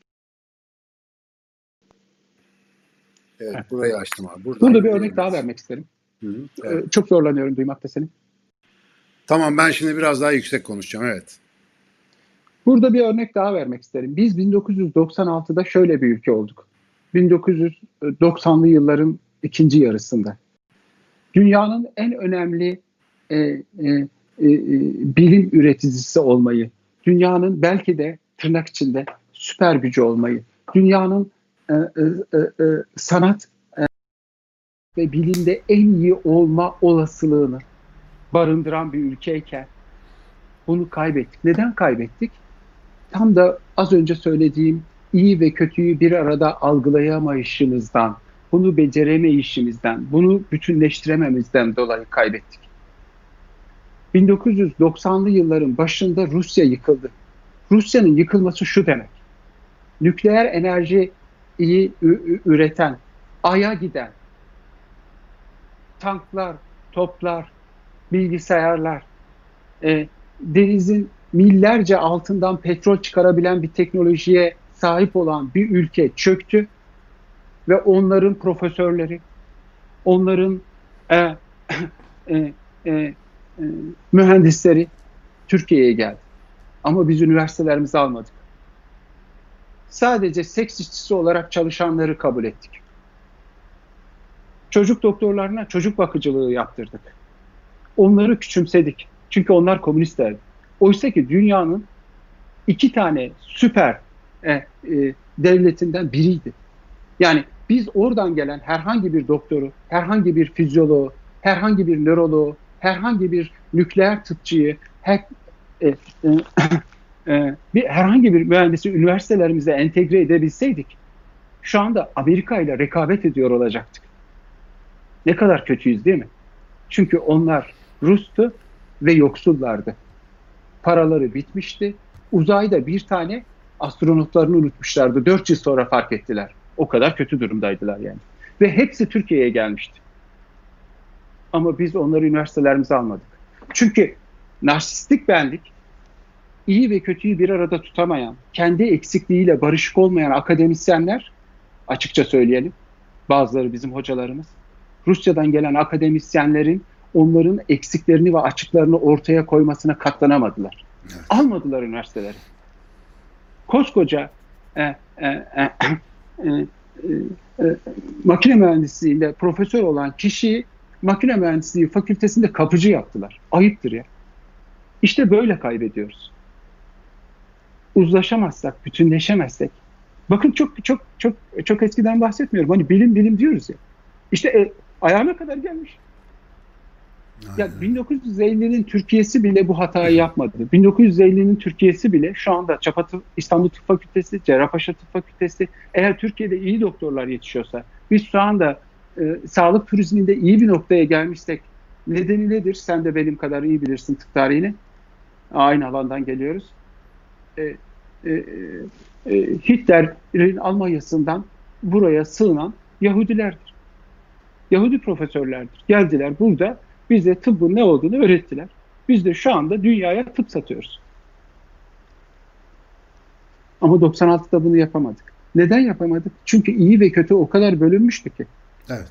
Evet, burayı açtım abi. Buradan Burada bir örnek daha vermek isterim. Hı-hı. Evet. Ee, çok zorlanıyorum duymakta seni. Tamam, ben şimdi biraz daha yüksek konuşacağım, evet. Burada bir örnek daha vermek isterim. Biz bin dokuz yüz doksan altıda şöyle bir ülke olduk. bin dokuz yüz doksanlı yılların ikinci yarısında. Dünyanın en önemli e, e, e, bilim üreticisi olmayı, dünyanın belki de tırnak içinde süper gücü olmayı, dünyanın e, e, e, sanat e, ve bilimde en iyi olma olasılığını barındıran bir ülkeyken bunu kaybettik. Neden kaybettik? Tam da az önce söylediğim iyi ve kötüyü bir arada algılayamayışımızdan, bunu beceremeyişimizden, bunu bütünleştirememizden dolayı kaybettik. bin dokuz yüz doksanlı yılların başında Rusya yıkıldı. Rusya'nın yıkılması şu demek: nükleer enerjiyi üreten, Ay'a giden tanklar, toplar, bilgisayarlar, e, denizin millerce altından petrol çıkarabilen bir teknolojiye sahip olan bir ülke çöktü ve onların profesörleri, onların e, e, e, e, mühendisleri Türkiye'ye geldi. Ama biz üniversitelerimizi almadık. Sadece seks işçisi olarak çalışanları kabul ettik. Çocuk doktorlarına çocuk bakıcılığı yaptırdık. Onları küçümsedik. Çünkü onlar komünistlerdi. Oysa ki dünyanın iki tane süper e, e, devletinden biriydi. Yani biz oradan gelen herhangi bir doktoru, herhangi bir fizyoloğu, herhangi bir nöroloğu, herhangi bir nükleer tıpçıyı, her, e, e, e, bir herhangi bir mühendisi üniversitelerimize entegre edebilseydik, şu anda Amerika ile rekabet ediyor olacaktık. Ne kadar kötüyüz değil mi? Çünkü onlar Rus'tu ve yoksullardı. Paraları bitmişti. Uzayda bir tane astronotlarını unutmuşlardı. Dört yıl sonra fark ettiler. O kadar kötü durumdaydılar yani. Ve hepsi Türkiye'ye gelmişti. Ama biz onları üniversitelerimize almadık. Çünkü narsistik benlik, iyi ve kötüyü bir arada tutamayan, kendi eksikliğiyle barışık olmayan akademisyenler, açıkça söyleyelim, bazıları bizim hocalarımız, Rusya'dan gelen akademisyenlerin onların eksiklerini ve açıklarını ortaya koymasına katlanamadılar. Evet. Almadılar üniversiteleri. Koskoca e, e, e, e, e, e, makine mühendisliğinde profesör olan kişiyi makine mühendisliği fakültesinde kapıcı yaptılar. Ayıptır ya. İşte böyle kaybediyoruz. Uzlaşamazsak, bütünleşemezsek. Bakın çok çok çok çok eskiden bahsetmiyorum. Hani bilim bilim diyoruz ya. İşte e, ayağına kadar gelmiş. Ya bin dokuz yüz ellinin Türkiye'si bile bu hatayı yapmadı. bin dokuz yüz ellinin Türkiye'si bile şu anda Çapa Tıp, İstanbul Tıp Fakültesi, Cerrahpaşa Tıp Fakültesi, eğer Türkiye'de iyi doktorlar yetişiyorsa, biz şu anda e, sağlık turizminde iyi bir noktaya gelmişsek, nedeni nedir? Sen de benim kadar iyi bilirsin tıp tarihini. Aynı alandan geliyoruz. E, e, e, Hitler'in Almanya'sından buraya sığınan Yahudilerdir. Yahudi profesörlerdir. Geldiler burada bize tıbbın ne olduğunu öğrettiler. Biz de şu anda dünyaya tıp satıyoruz. Ama doksan altıda bunu yapamadık. Neden yapamadık? Çünkü iyi ve kötü o kadar bölünmüştü ki. Evet.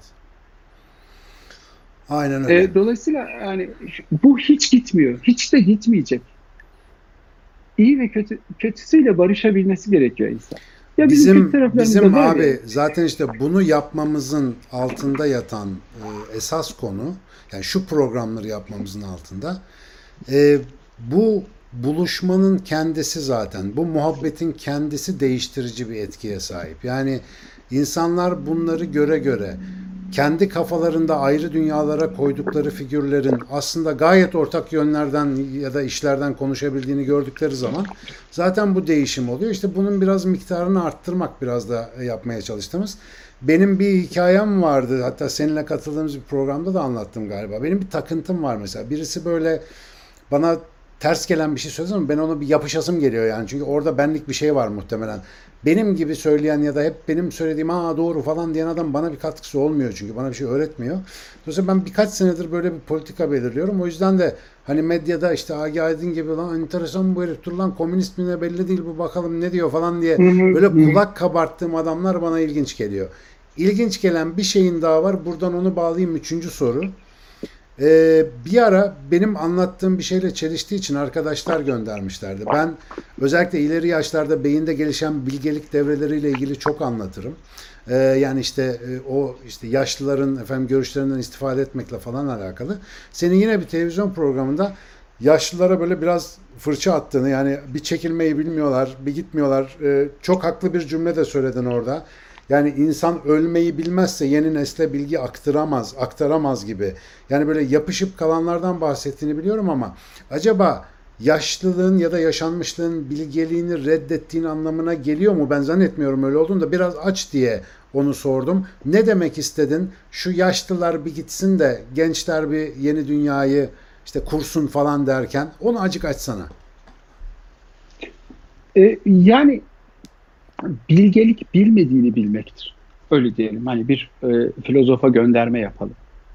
Aynen öyle. E, dolayısıyla yani bu hiç gitmiyor. Hiç de gitmeyecek. İyi ve kötü kötüsüyle barışabilmesi gerekiyor insan. Ya bizim bizim abi ya. Zaten işte bunu yapmamızın altında yatan e, esas konu, yani şu programları yapmamızın altında e, bu buluşmanın kendisi, zaten bu muhabbetin kendisi değiştirici bir etkiye sahip. Yani insanlar bunları göre göre kendi kafalarında ayrı dünyalara koydukları figürlerin aslında gayet ortak yönlerden ya da işlerden konuşabildiğini gördükleri zaman zaten bu değişim oluyor. İşte bunun biraz miktarını arttırmak biraz da yapmaya çalıştığımız. Benim bir hikayem vardı. Hatta seninle katıldığımız bir programda da anlattım galiba. Benim bir takıntım var mesela. Birisi böyle bana ters gelen bir şey söyledi ama ben ona bir yapışasım geliyor yani. Çünkü orada benlik bir şey var muhtemelen. Benim gibi söyleyen ya da hep benim söylediğim ha doğru falan diyen adam bana bir katkısı olmuyor, çünkü bana bir şey öğretmiyor. Dolayısıyla ben birkaç senedir böyle bir politika belirliyorum. O yüzden de hani medyada işte Agi Aydın gibi lan enteresan bu herif, dur lan komünist mi ne belli değil bu, bakalım ne diyor falan diye böyle kulak kabarttığım adamlar bana ilginç geliyor. İlginç gelen bir şeyin daha var. Buradan onu bağlayayım. Üçüncü soru. Ee, bir ara benim anlattığım bir şeyle çeliştiği için arkadaşlar göndermişlerdi. Ben özellikle ileri yaşlarda beyinde gelişen bilgelik devreleriyle ilgili çok anlatırım. Ee, yani işte e, o işte yaşlıların efendim görüşlerinden istifade etmekle falan alakalı. Senin yine bir televizyon programında yaşlılara böyle biraz fırça attığını, yani bir çekilmeyi bilmiyorlar, bir gitmiyorlar. Ee, çok haklı bir cümle de söyledin orada. Yani insan ölmeyi bilmezse yeni nesle bilgi aktaramaz, aktaramaz gibi. Yani böyle yapışıp kalanlardan bahsettiğini biliyorum ama acaba yaşlılığın ya da yaşanmışlığın bilgeliğini reddettiğin anlamına geliyor mu? Ben zannetmiyorum öyle olduğunu da biraz aç diye onu sordum. Ne demek istedin? Şu yaşlılar bir gitsin de gençler bir yeni dünyayı işte kursun falan derken onu acık açsana. E, yani bilgelik bilmediğini bilmektir. Öyle diyelim. Hani bir e, filozofa gönderme yapalım.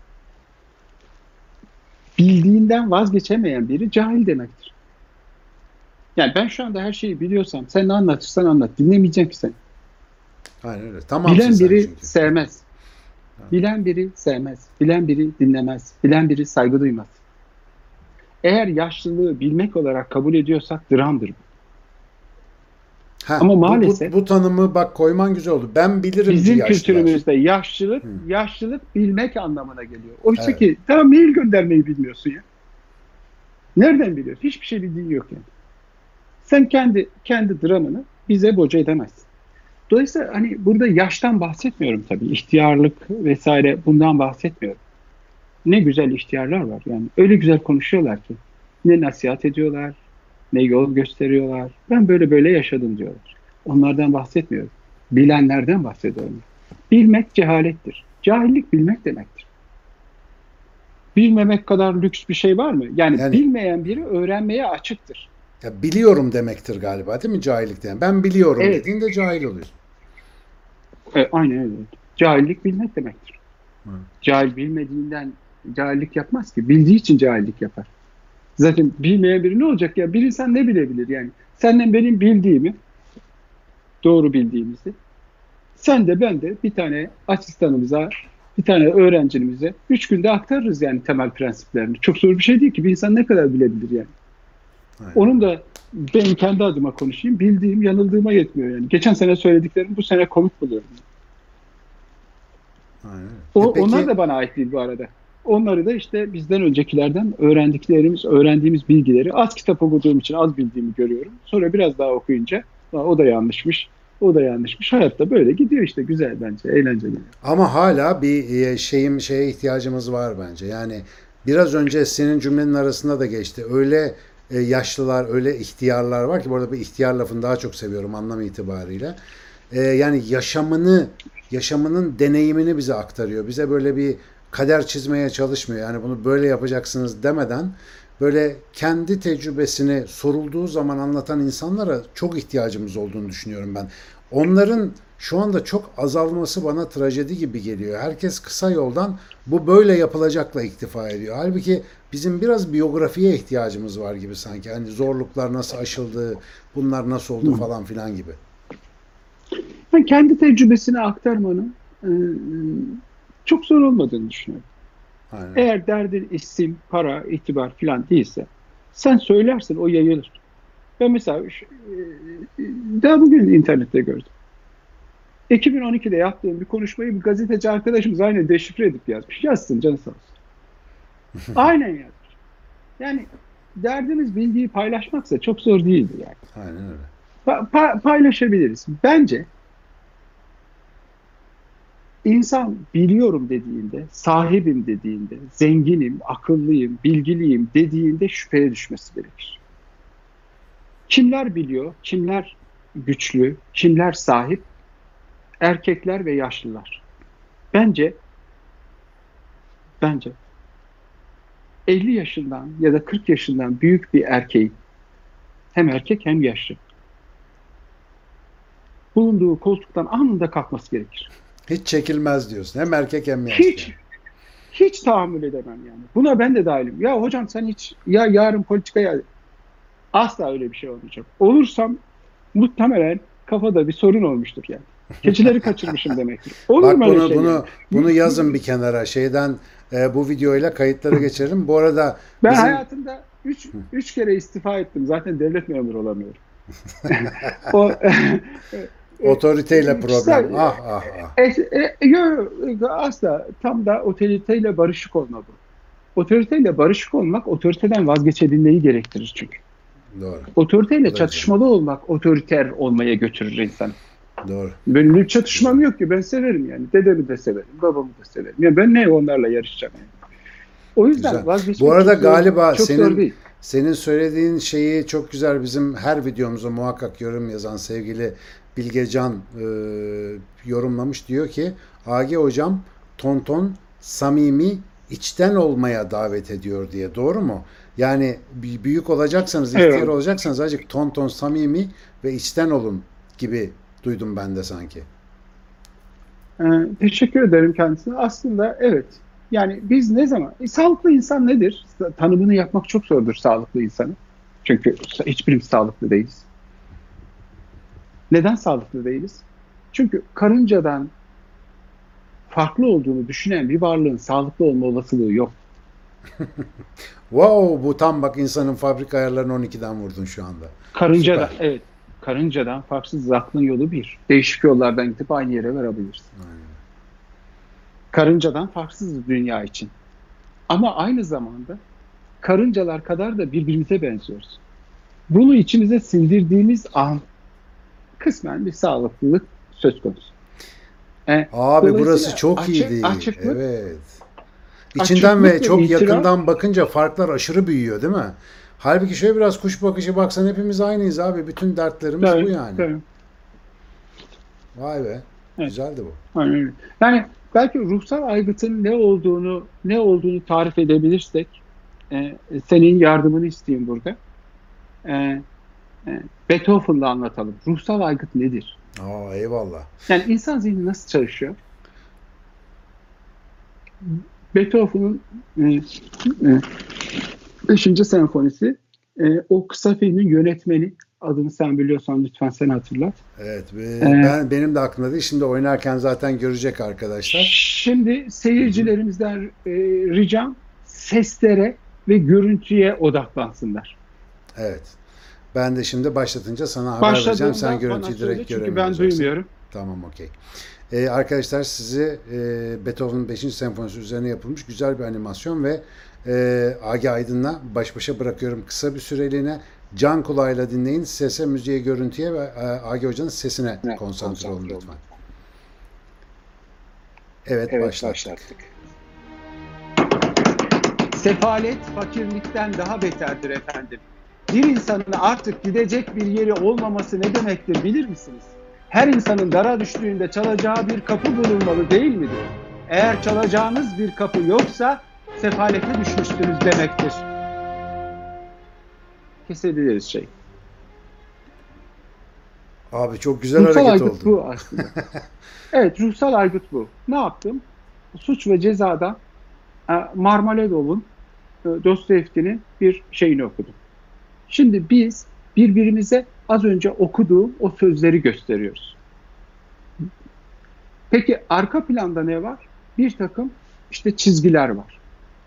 Bildiğinden vazgeçemeyen biri cahil demektir. Yani ben şu anda her şeyi biliyorsam sen ne anlatırsan anlat. Dinlemeyeceğim ki seni. Aynen öyle. Tamam. Bilen biri sevmez. Bilen biri sevmez. Bilen biri dinlemez. Bilen biri saygı duymaz. Eğer yaşlılığı bilmek olarak kabul ediyorsak dramdır bu. Ha, ama maalesef bu, bu, bu tanımı bak koyman güzel oldu. Ben bilirim bizim kültürümüzde yaşlılık, Hı. yaşlılık bilmek anlamına geliyor. Oysa evet. ki tamam mail göndermeyi bilmiyorsun ya. Nereden biliyorsun? Hiçbir şey bildiğin yok yani. Sen kendi kendi dramını bize boca edemezsin. Dolayısıyla hani burada yaştan bahsetmiyorum tabii. İhtiyarlık vesaire bundan bahsetmiyorum. Ne güzel ihtiyarlar var yani. Öyle güzel konuşuyorlar ki. Ne nasihat ediyorlar, ne yol gösteriyorlar. Ben böyle böyle yaşadım diyorlar. Onlardan bahsetmiyorum. Bilenlerden bahsediyorum. Bilmek cehalettir. Cahillik bilmek demektir. Bilmemek kadar lüks bir şey var mı? Yani, yani bilmeyen biri öğrenmeye açıktır. Ya biliyorum demektir galiba değil mi cahillik diyen? Ben biliyorum evet. dediğinde cahil oluyorsun. E, aynen öyle. Cahillik bilmek demektir. Hı. Cahil bilmediğinden cahillik yapmaz ki. Bildiği için cahillik yapar. Zaten bilmeyen biri ne olacak ya? Bir insan ne bilebilir yani? Senden benim bildiğimi, doğru bildiğimizi, sen de ben de bir tane asistanımıza, bir tane öğrencimize üç günde aktarırız yani temel prensiplerini. Çok zor bir şey değil ki. Bir insan ne kadar bilebilir yani? Aynen. Onun da ben kendi adıma konuşayım. Bildiğim, yanıldığıma yetmiyor yani. Geçen sene söylediklerim bu sene komik buluyorum. Aynen. O, e peki... Onlar da bana ait değil bu arada. Onları da işte bizden öncekilerden öğrendiklerimiz, öğrendiğimiz bilgileri az kitap okuduğum için az bildiğimi görüyorum. Sonra biraz daha okuyunca o da yanlışmış, o da yanlışmış. Hayatta böyle gidiyor işte, güzel bence, eğlenceli. Ama hala bir şeyim şeye ihtiyacımız var bence. Yani biraz önce senin cümlenin arasında da geçti. Öyle yaşlılar, öyle ihtiyarlar var ki, bu arada bir ihtiyar lafını daha çok seviyorum anlam itibariyle. Yani yaşamını, yaşamının deneyimini bize aktarıyor. Bize böyle bir kader çizmeye çalışmıyor. Yani bunu böyle yapacaksınız demeden böyle kendi tecrübesini sorulduğu zaman anlatan insanlara çok ihtiyacımız olduğunu düşünüyorum ben. Onların şu anda çok azalması bana trajedi gibi geliyor. Herkes kısa yoldan bu böyle yapılacakla iktifa ediyor. Halbuki bizim biraz biyografiye ihtiyacımız var gibi sanki. Hani zorluklar nasıl aşıldı, bunlar nasıl oldu Hı. falan filan gibi. Ben kendi tecrübesini aktarmanın e, çok zor olmadığını düşünüyorum. Aynen. Eğer derdin isim, para, itibar falan değilse sen söylersin, o yayılır. Ben mesela daha bugün internette gördüm. iki bin on ikide yaptığım bir konuşmayı bir gazeteci arkadaşımız aynen deşifre edip yazmış. Yazsın canı sağ olsun. Aynen yazmış. Yani derdimiz bilgiyi paylaşmaksa çok zor değildi yani. Aynen öyle. Pa- pa- paylaşabiliriz. Bence İnsan biliyorum dediğinde, sahibim dediğinde, zenginim, akıllıyım, bilgiliyim dediğinde şüpheye düşmesi gerekir. Kimler biliyor, kimler güçlü, kimler sahip? Erkekler ve yaşlılar. Bence, bence elli yaşından ya da kırk yaşından büyük bir erkeğin, hem erkek hem yaşlı, bulunduğu koltuktan anında kalkması gerekir. Hiç çekilmez diyorsun. Hem erkek hem yaşlı. Hiç, hiç tahammül edemem yani. Buna ben de dahilim. Ya hocam sen hiç, ya yarın politikaya, asla öyle bir şey olmayacak. Olursam muhtemelen kafada bir sorun olmuştur yani. Keçileri kaçırmışım demektir. Olur Bak mu bunu öyle şey bunu yani? bunu yazın bir kenara. Şeyden e, bu videoyla kayıtları geçirelim. Bu arada Ben bizim hayatımda üç, üç kere istifa ettim. Zaten devlet memuru olamıyorum. o otoriteyle problem. kişisel- Ah ah ah. E, e, yo, asla tam da otoriteyle barışık olma bu. Otoriteyle barışık olmak otoriteden vazgeçebilmeyi gerektirir çünkü. Doğru. Otoriteyle Bu da çatışmalı olmak otoriter olmaya götürür insanı. Doğru. Benim bir çatışmam yok ki, ben severim yani. Dedemi de severim, babamı da severim. Ya ben ne onlarla yarışacağım yani. O yüzden Güzel. vazgeçmek Bu arada çok zor- galiba çok zor senin değil. senin söylediğin şeyi çok güzel bizim her videomuza muhakkak yorum yazan sevgili Bilgecan e, yorumlamış. Diyor ki Agi hocam tonton samimi içten olmaya davet ediyor diye. Doğru mu? Yani b- büyük olacaksanız, ihtiyar Evet. olacaksanız azıcık tonton samimi ve içten olun gibi duydum ben de sanki. Ee, teşekkür ederim kendisine. Aslında evet. Yani biz ne zaman... E, sağlıklı insan nedir? Tanımını yapmak çok zordur sağlıklı insanı. Çünkü hiçbirimiz sağlıklı değiliz. Neden sağlıklı değiliz? Çünkü karıncadan farklı olduğunu düşünen bir varlığın sağlıklı olma olasılığı yok. Wow, bu tam bak insanın fabrika ayarlarını on ikiden vurdun şu anda. Karıncadan, Süper. evet. Karıncadan farksız aklın yolu bir. Değişik yollardan gidip aynı yere varabilirsin. Aynen. Karıncadan farksız dünya için. Ama aynı zamanda karıncalar kadar da birbirimize benziyoruz. Bunu içimize sindirdiğimiz an kısmen bir sağlıklılık söz konusu. E, Abi dolayısıyla burası çok açık- iyiydi. açıklık- Evet. İçinden açıklık ve ve çok itiraf- yakından bakınca farklar aşırı büyüyor değil mi? Halbuki şöyle biraz kuş bakışı baksan hepimiz aynıyız abi. Bütün dertlerimiz Tabii, bu yani. tabii. Vay be. Evet. Güzeldi bu. Aynen öyle. Yani belki ruhsal aygıtın ne olduğunu ne olduğunu tarif edebilirsek, e, senin yardımını isteyeyim burada. E, e, Beethoven'la anlatalım. Ruhsal aygıt nedir? Aa, eyvallah. Yani insan zihni nasıl çalışıyor? Beethoven'ın e, e, beşinci senfonisi, e, o kısa filmin yönetmeni, adını sen biliyorsan lütfen sen hatırlat. Evet. ve Ee, ben benim de aklımda değil. Şimdi oynarken zaten görecek arkadaşlar. Şimdi seyircilerimizden e, ricam seslere ve görüntüye odaklansınlar. Evet. Ben de şimdi başlatınca sana haber vereceğim. Başladığımda Sen bana görüntüyü söyle direkt çünkü ben göremiyorsun. duymuyorum. Tamam, okey. Ee, arkadaşlar sizi e, Beethoven'ın beşinci senfonisi üzerine yapılmış güzel bir animasyon ve e, Agi Aydın'la baş başa bırakıyorum kısa bir süreliğine. Can kulağıyla dinleyin. Sese, müziğe, görüntüye ve e, Agi Hoca'nın sesine Evet, konsantre konsantre olun olun. lütfen. Evet, Evet, başlattık. başlattık. Sefalet fakirlikten daha beterdir efendim. Bir insanın artık gidecek bir yeri olmaması ne demektir bilir misiniz? Her insanın dara düştüğünde çalacağı bir kapı bulunmalı değil midir? Eğer çalacağınız bir kapı yoksa sefalete düşmüşsünüz demektir. Kesebiliriz şey. Abi çok güzel Ruhsal hareket aygıt oldu. bu aslında. Evet, ruhsal aygıt bu. Ne yaptım? Suç ve Ceza'da e, Marmeladov'un, e, Dostoyevski'nin bir şeyini okudum. Şimdi biz birbirimize az önce okuduğum o sözleri gösteriyoruz. Peki arka planda ne var? Bir takım işte çizgiler var.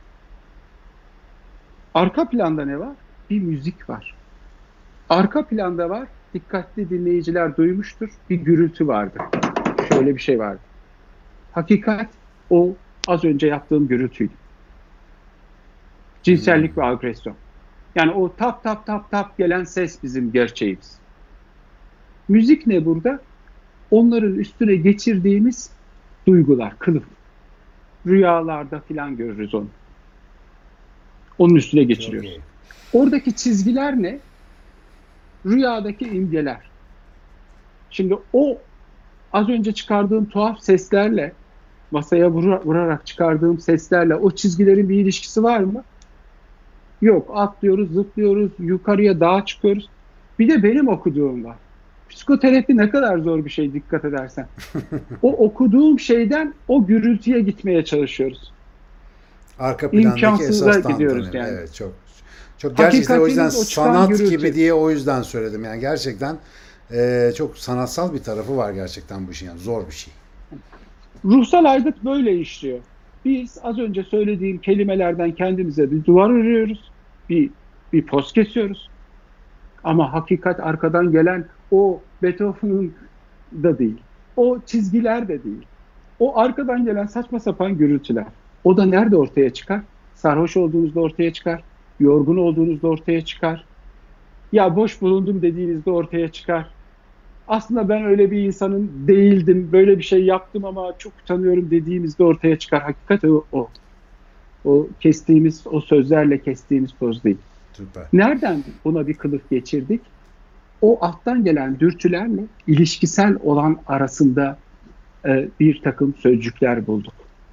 Arka planda ne var? Bir müzik var. Arka planda var, dikkatli dinleyiciler duymuştur, bir gürültü vardı. Şöyle bir şey vardı. Hakikat o az önce yaptığım gürültüydü. Cinsellik ve agresyon. Yani o tap tap tap tap gelen ses bizim gerçeğimiz. Müzik ne burada? Onların üstüne geçirdiğimiz duygular, kılıf. Rüyalarda filan görürüz onu. Onun üstüne geçiriyoruz. Çok iyi. Oradaki çizgiler ne? Rüyadaki imgeler. Şimdi o az önce çıkardığım tuhaf seslerle, masaya vura- vurarak çıkardığım seslerle o çizgilerin bir ilişkisi var mı? Yok. Atlıyoruz, zıplıyoruz, yukarıya dağa çıkıyoruz. Bir de benim okuduğum var. Psikoterapi ne kadar zor bir şey dikkat edersen. O okuduğum şeyden o gürültüye gitmeye çalışıyoruz. Arka plandaki İmkansıza esas gidiyoruz tantane. yani. Evet, çok çok gerçekten o yüzden Hakikatiniz o çıkan sanat gürültü. gibi diye o yüzden söyledim. Yani gerçekten e, çok sanatsal bir tarafı var gerçekten bu işin. Yani zor bir şey. Ruhsal aygıt böyle işliyor. Biz az önce söylediğim kelimelerden kendimize bir duvar örüyoruz. Bir, bir poz kesiyoruz. Ama hakikat arkadan gelen o Beethoven'ın da değil. O çizgiler de değil. O arkadan gelen saçma sapan gürültüler. O da nerede ortaya çıkar? Sarhoş olduğunuzda ortaya çıkar. Yorgun olduğunuzda ortaya çıkar. Ya boş bulundum dediğinizde ortaya çıkar. Aslında ben öyle bir insanın değildim, böyle bir şey yaptım ama çok utanıyorum dediğimizde ortaya çıkar. Hakikat o. O, o kestiğimiz, o sözlerle kestiğimiz poz değil. Süper. Nereden buna bir kılıf geçirdik? O alttan gelen dürtülerle ilişkisel olan arasında e, bir takım sözcükler bulduk.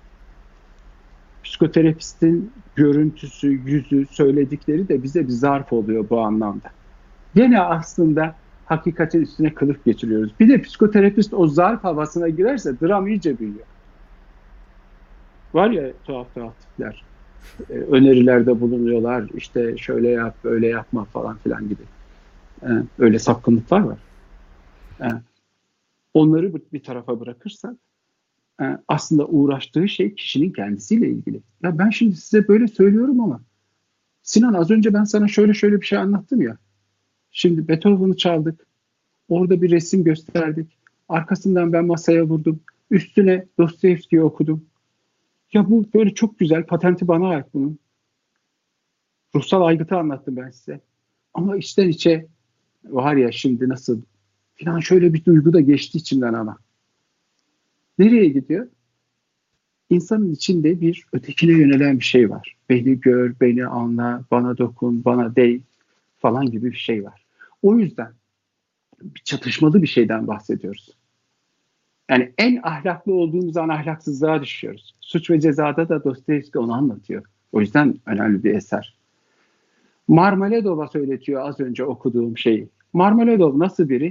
Psikoterapistin görüntüsü, yüzü, söyledikleri de bize bir zarf oluyor bu anlamda. Gene aslında hakikatin üstüne kılıf geçiriyoruz. Bir de psikoterapist o zarf havasına girerse dram iyice büyüyor. Var ya tuhaf tuhaf tipler. Ee, önerilerde bulunuyorlar. İşte şöyle yap, böyle yapma falan filan gibi. Ee, öyle sapkınlıklar var. Ee, onları bir tarafa bırakırsak e, aslında uğraştığı şey kişinin kendisiyle ilgili. Ya ben şimdi size böyle söylüyorum ama Sinan az önce ben sana şöyle şöyle bir şey anlattım ya. Şimdi Beethoven'ı çaldık. Orada bir resim gösterdik. Arkasından ben masaya vurdum. Üstüne Dostoyevski'yi okudum. Ya bu böyle çok güzel. Patenti bana ait bunun. Ruhsal aygıtı anlattım ben size. Ama içten içe var ya şimdi nasıl falan şöyle bir duygu da geçti içimden ama. Nereye gidiyor? İnsanın içinde bir ötekine yönelen bir şey var. Beni gör, beni anla, bana dokun, bana değ falan gibi bir şey var. O yüzden bir çatışmalı bir şeyden bahsediyoruz. Yani en ahlaklı olduğumuz an ahlaksızlığa düşüyoruz. Suç ve Ceza'da da Dostoyevski onu anlatıyor. O yüzden önemli bir eser. Marmeladov'a söyletiyor az önce okuduğum şeyi. Marmeladov nasıl biri?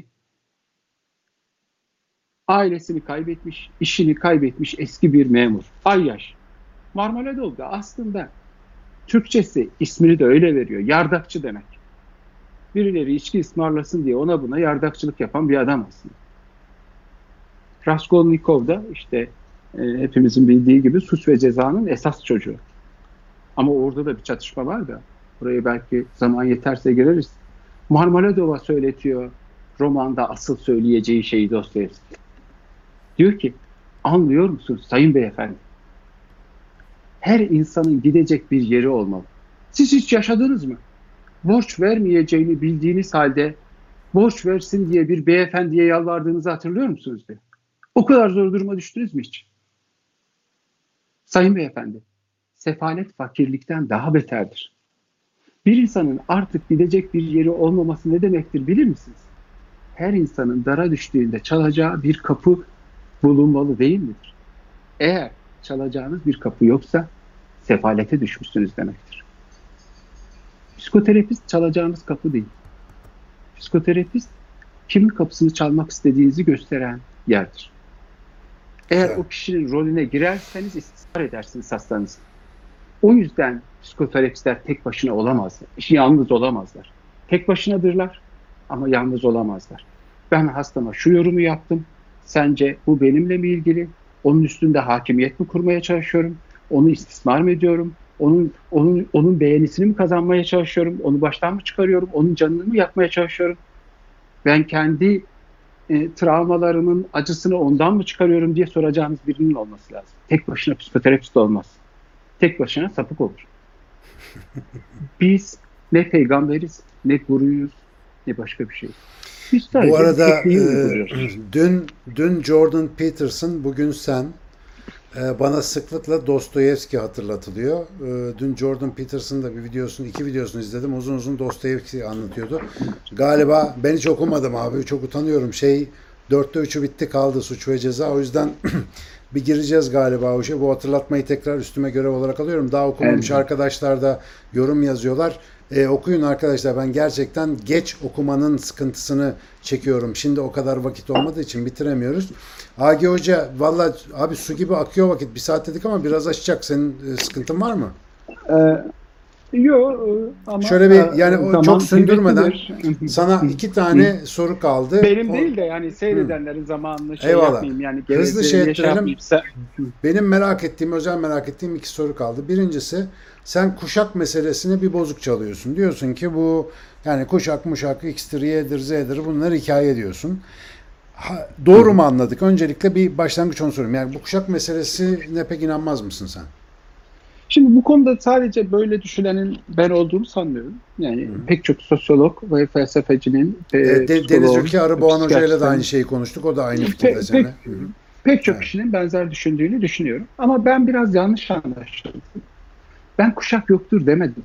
Ailesini kaybetmiş, işini kaybetmiş eski bir memur. Ayyaş. Marmeladov da aslında Türkçesi ismini de öyle veriyor. Yardakçı demek. Birileri içki ısmarlasın diye ona buna yardakçılık yapan bir adam aslında. Raskolnikov da işte e, hepimizin bildiği gibi Suç ve Ceza'nın esas çocuğu. Ama orada da bir çatışma var da buraya belki zaman yeterse gireriz. Marmeladov'a söyletiyor romanda asıl söyleyeceği şeyi Dostoyevski. Diyor ki anlıyor musun sayın beyefendi? Her insanın gidecek bir yeri olmalı. Siz hiç yaşadınız mı? Borç vermeyeceğini bildiğiniz halde borç versin diye bir beyefendiye yalvardığınızı hatırlıyor musunuz diyor. O kadar zor duruma düştünüz mü hiç? Sayın beyefendi, sefalet fakirlikten daha beterdir. Bir insanın artık gidecek bir yeri olmaması ne demektir bilir misiniz? Her insanın dara düştüğünde çalacağı bir kapı bulunmalı değil midir? Eğer çalacağınız bir kapı yoksa sefalete düşmüşsünüz demektir. Psikoterapist çalacağınız kapı değil. Psikoterapist kimin kapısını çalmak istediğinizi gösteren yerdir. Eğer evet. o kişinin rolüne girerseniz istismar edersiniz hastanızı. O yüzden psikoterapistler tek başına olamazlar. Yalnız olamazlar. Tek başınadırlar ama yalnız olamazlar. Ben hastama şu yorumu yaptım. Sence bu benimle mi ilgili? Onun üstünde hakimiyet mi kurmaya çalışıyorum? Onu istismar mı ediyorum? Onun onun onun beğenisini mi kazanmaya çalışıyorum? Onu baştan mı çıkarıyorum? Onun canını mı yakmaya çalışıyorum? Ben kendi e, travmalarımın acısını ondan mı çıkarıyorum diye soracağımız birinin olması lazım. Tek başına psikoterapist olmaz. Tek başına sapık olur. Biz ne peygamberiz, ne guruyuz, ne başka bir şey. Biz Bu arada e, dün dün Jordan Peterson, bugün sen. E, bana sıklıkla Dostoyevski hatırlatılıyor. E, dün Jordan Peterson'ın da bir videosunu, iki videosunu izledim. Uzun uzun Dostoyevski anlatıyordu. Galiba ben hiç okumadım abi. Çok utanıyorum. Şey dörtte üçü bitti kaldı Suç ve Ceza. O yüzden bir gireceğiz galiba o şey. Bu hatırlatmayı tekrar üstüme görev olarak alıyorum. Daha okumamış evet. arkadaşlar da yorum yazıyorlar. E, okuyun arkadaşlar. Ben gerçekten geç okumanın sıkıntısını çekiyorum. Şimdi o kadar vakit olmadığı için bitiremiyoruz. Agi Hoca valla abi su gibi akıyor vakit. Bir saat dedik ama biraz aşacak. Senin e, sıkıntın var mı? Ee, Yok ama şöyle bir yani o çok sündürmeden kıymetlidir. sana iki tane Hı. soru kaldı. Benim o, değil de yani seyredenlerin Hı. zamanını şey Eyvallah. yapmayayım yani. Hızlı şey ettirelim. Şey Benim merak ettiğim, özel merak ettiğim iki soru kaldı. Birincisi, sen kuşak meselesini bir bozuk çalıyorsun. Diyorsun ki bu yani kuşak muşak X'tir, Y'dir, Z'dir bunlar hikaye diyorsun. Ha, doğru Hı. mu anladık? Öncelikle bir başlangıç onu sorayım. Yani bu kuşak meselesine pek inanmaz mısın sen? Şimdi bu konuda sadece böyle düşünenin ben olduğumu sanmıyorum. Yani Hı. pek çok sosyolog ve felsefecinin e, de, Deniz Ülke Arıboğan Hoca ile de aynı şeyi konuştuk. O da aynı fikirde pe, seninle. Pek, pek çok evet. kişinin benzer düşündüğünü düşünüyorum. Ama ben biraz yanlış anlaşıldım. Ben kuşak yoktur demedim.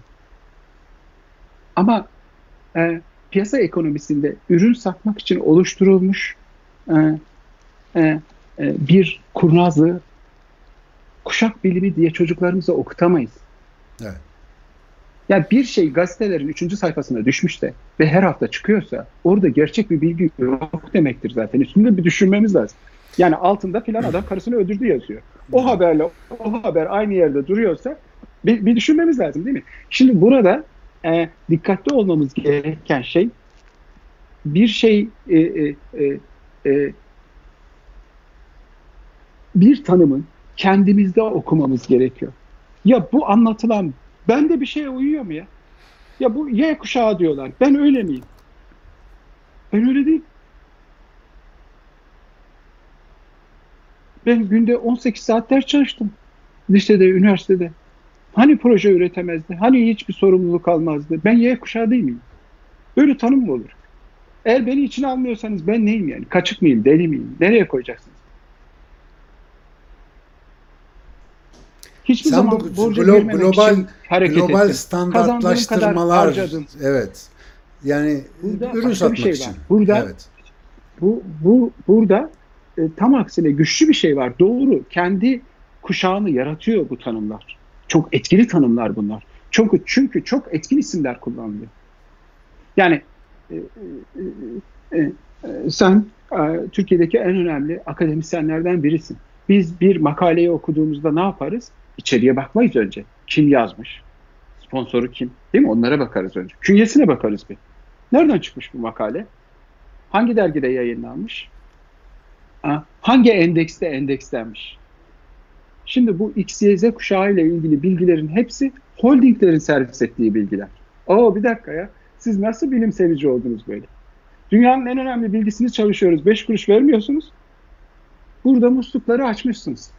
Ama e, piyasa ekonomisinde ürün satmak için oluşturulmuş e, e, e, bir kurnazlığı kuşak bilimi diye çocuklarımıza okutamayız. Evet. Yani bir şey gazetelerin üçüncü sayfasına düşmüş de ve her hafta çıkıyorsa orada gerçek bir bilgi yok demektir zaten. Üstünde bir düşünmemiz lazım. Yani altında filan adam karısını öldürdü yazıyor. O haberle o haber aynı yerde duruyorsa bir, bir düşünmemiz lazım değil mi? Şimdi burada e, dikkatli olmamız gereken şey bir şey e, e, e, e, bir tanımın kendimizde okumamız gerekiyor. Ya bu anlatılan bende bir şeye uyuyor mu ya? Ya bu Y kuşağı diyorlar. Ben öyle miyim? Ben öyle değil. Ben günde on sekiz saat ders çalıştım. Lisede, üniversitede. Hani proje üretemezdi? Hani hiçbir sorumluluk almazdı? Ben Y kuşağı değil miyim? Böyle tanım mı olur? Eğer beni içine almıyorsanız ben neyim yani? Kaçık mıyım? Deli miyim? Nereye koyacaksınız? Hiçbir Sen zaman bu borca glo- girmemek global için hareket global ettim. standartlaştırmalar, evet. Yani burada ürün satmak şey için. Var. Burada evet. bu bu burada e, tam aksine güçlü bir şey var. Doğru. Kendi kuşağını yaratıyor bu tanımlar. Çok etkili tanımlar bunlar. Çünkü çünkü çok etkin isimler kullanılıyor. Yani e, e, e, e, sen e, Türkiye'deki en önemli akademisyenlerden birisin. Biz bir makaleyi okuduğumuzda ne yaparız? İçeriye bakmayız önce. Kim yazmış? Sponsoru kim? Değil mi? Onlara bakarız önce. Künyesine bakarız bir. Nereden çıkmış bu makale? Hangi dergide yayınlanmış? Ha, hangi endekste endekslenmiş? Şimdi bu X Y Z kuşağı ile ilgili bilgilerin hepsi holdinglerin servis ettiği bilgiler. Oo bir dakika ya. Siz nasıl bilim sevici oldunuz böyle? Dünyanın en önemli bilgisini çalışıyoruz. Beş kuruş vermiyorsunuz. Burada muslukları açmışsınız.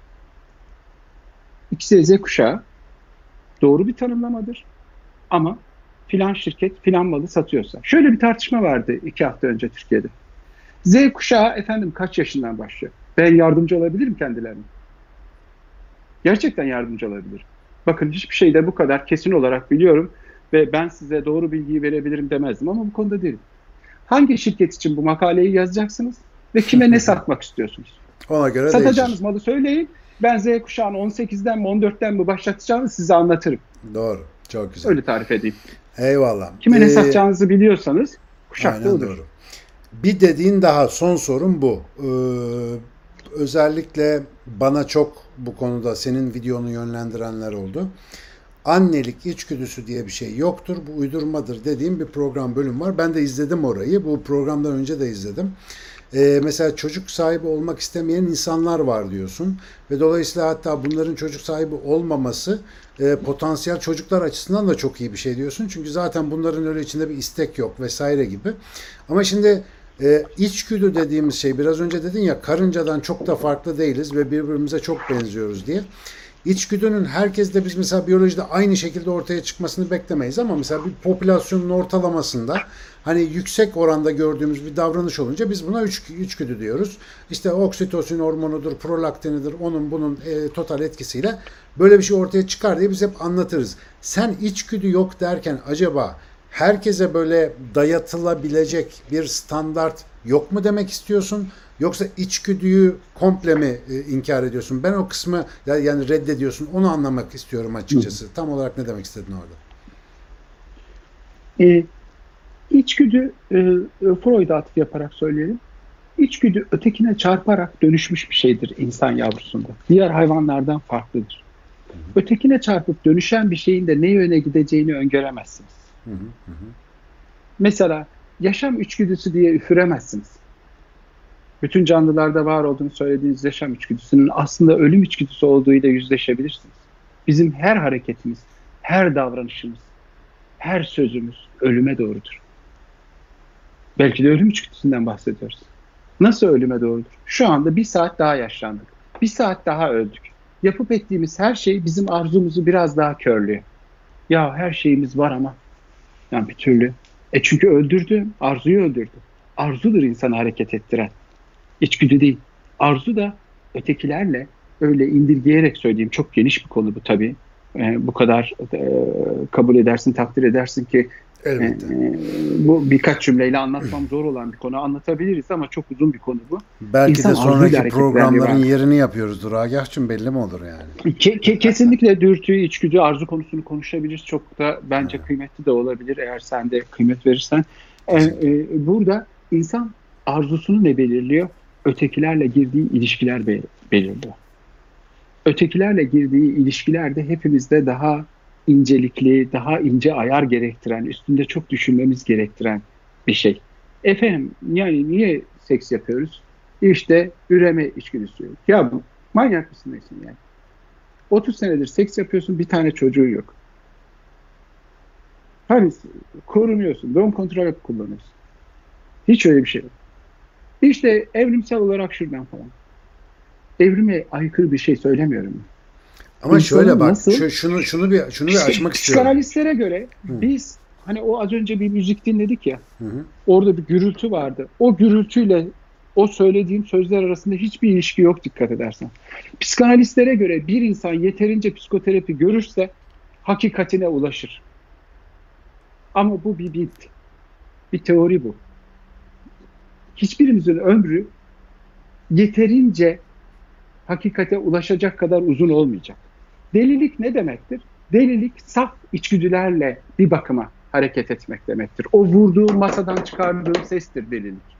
X Y Z kuşağı doğru bir tanımlamadır. Ama filan şirket filan malı satıyorsa. Şöyle bir tartışma vardı iki hafta önce Türkiye'de. Z kuşağı efendim kaç yaşından başlıyor? Ben yardımcı olabilirim kendilerine. Gerçekten yardımcı olabilirim. Bakın hiçbir şeyde bu kadar kesin olarak biliyorum ve ben size doğru bilgiyi verebilirim demezdim ama bu konuda değilim. Hangi şirket için bu makaleyi yazacaksınız ve kime ne satmak istiyorsunuz? Ona göre satacağınız değişir. malı söyleyin. Ben Z kuşağını on sekizden mi on dörtten mi başlatacağını size anlatırım. Doğru. Çok güzel. Öyle tarif edeyim. Eyvallah. Kime ee, ne satacağınızı biliyorsanız kuşakta olur. Doğru. Bir dediğin daha, son sorun bu. Ee, özellikle bana çok bu konuda senin videonu yönlendirenler oldu. Annelik içgüdüsü diye bir şey yoktur. Bu uydurmadır dediğim bir program bölüm var. Ben de izledim orayı. Bu programdan önce de izledim. Ee, mesela çocuk sahibi olmak istemeyen insanlar var diyorsun. Ve dolayısıyla hatta bunların çocuk sahibi olmaması e, potansiyel çocuklar açısından da çok iyi bir şey diyorsun. Çünkü zaten bunların öyle içinde bir istek yok vesaire gibi. Ama şimdi e, içgüdü dediğimiz şey, biraz önce dedin ya, karıncadan çok da farklı değiliz ve birbirimize çok benziyoruz diye. İçgüdünün herkesle biz mesela biyolojide aynı şekilde ortaya çıkmasını beklemeyiz ama mesela bir popülasyonun ortalamasında hani yüksek oranda gördüğümüz bir davranış olunca biz buna üç, içgüdü diyoruz. İşte oksitosin hormonudur, prolaktinidir, onun bunun e, total etkisiyle böyle bir şey ortaya çıkar diye biz hep anlatırız. Sen içgüdü yok derken acaba herkese böyle dayatılabilecek bir standart yok mu demek istiyorsun? Yoksa içgüdüyü komple mi e, inkar ediyorsun? Ben o kısmı yani reddediyorsun. Onu anlamak istiyorum açıkçası. Hı. Tam olarak ne demek istedin orada? E, içgüdü e, Freud'a atıf yaparak söyleyelim. İçgüdü ötekine çarparak dönüşmüş bir şeydir insan yavrusunda. Diğer hayvanlardan farklıdır. Ötekine çarpıp dönüşen bir şeyin de ne yöne gideceğini öngöremezsiniz. Hı hı hı. Mesela yaşam içgüdüsü diye üfüremezsiniz. Bütün canlılarda var olduğunu söylediğiniz yaşam içgüdüsünün aslında ölüm içgüdüsü olduğuyla yüzleşebilirsiniz. Bizim her hareketimiz, her davranışımız, her sözümüz ölüme doğrudur. Belki de ölüm içgüdüsünden bahsediyoruz. Nasıl ölüme doğrudur? Şu anda bir saat daha yaşlandık. Bir saat daha öldük. Yapıp ettiğimiz her şey bizim arzumuzu biraz daha körlüyor. Ya her şeyimiz var ama yani bir türlü. E çünkü öldürdü, arzuyu öldürdü. Arzudur insanı hareket ettiren. İçgüdü değil. Arzu da ötekilerle öyle indirgeyerek söyleyeyim. Çok geniş bir konu bu tabii. E, bu kadar e, kabul edersin, takdir edersin ki elbette. E, bu birkaç cümleyle anlatmam zor olan bir konu. Anlatabiliriz ama çok uzun bir konu bu. Belki İnsan de sonraki programların yerini yapıyoruzdur Agah'cığım, belli mi olur yani? Ke- ke- kesinlikle dürtü, içgüdü, arzu konusunu konuşabiliriz. Çok da bence evet. kıymetli de olabilir eğer sen de kıymet verirsen. E, e, burada insan arzusunu ne belirliyor? Ötekilerle girdiği ilişkiler be- belirliyor. Ötekilerle girdiği ilişkilerde hepimizde daha incelikli, daha ince ayar gerektiren, üstünde çok düşünmemiz gerektiren bir şey. Efendim yani niye seks yapıyoruz? İşte üreme içgüdüsü. Ya manyak mısın neysin yani? otuz senedir seks yapıyorsun, bir tane çocuğun yok. Hani korunuyorsun, doğum kontrol hep kullanıyorsun. Hiç öyle bir şey yok. İşte evrimsel olarak şuradan falan. Evrime aykırı bir şey söylemiyorum. Ama İnsanın şöyle bak, nasıl, şu, şunu şunu bir şunu bir açmak istiyorum. Psikanalistlere göre hı. biz hani o az önce bir müzik dinledik ya. Hı hı. Orada bir gürültü vardı. O gürültüyle o söylediğim sözler arasında hiçbir ilişki yok dikkat edersen. Psikanalistlere göre bir insan yeterince psikoterapi görürse hakikatine ulaşır. Ama bu bir bit. Bir teori bu. Hiçbirimizin ömrü yeterince hakikate ulaşacak kadar uzun olmayacak. Delilik ne demektir? Delilik saf içgüdülerle bir bakıma hareket etmek demektir. O vurduğu masadan çıkardığı sestir delilik.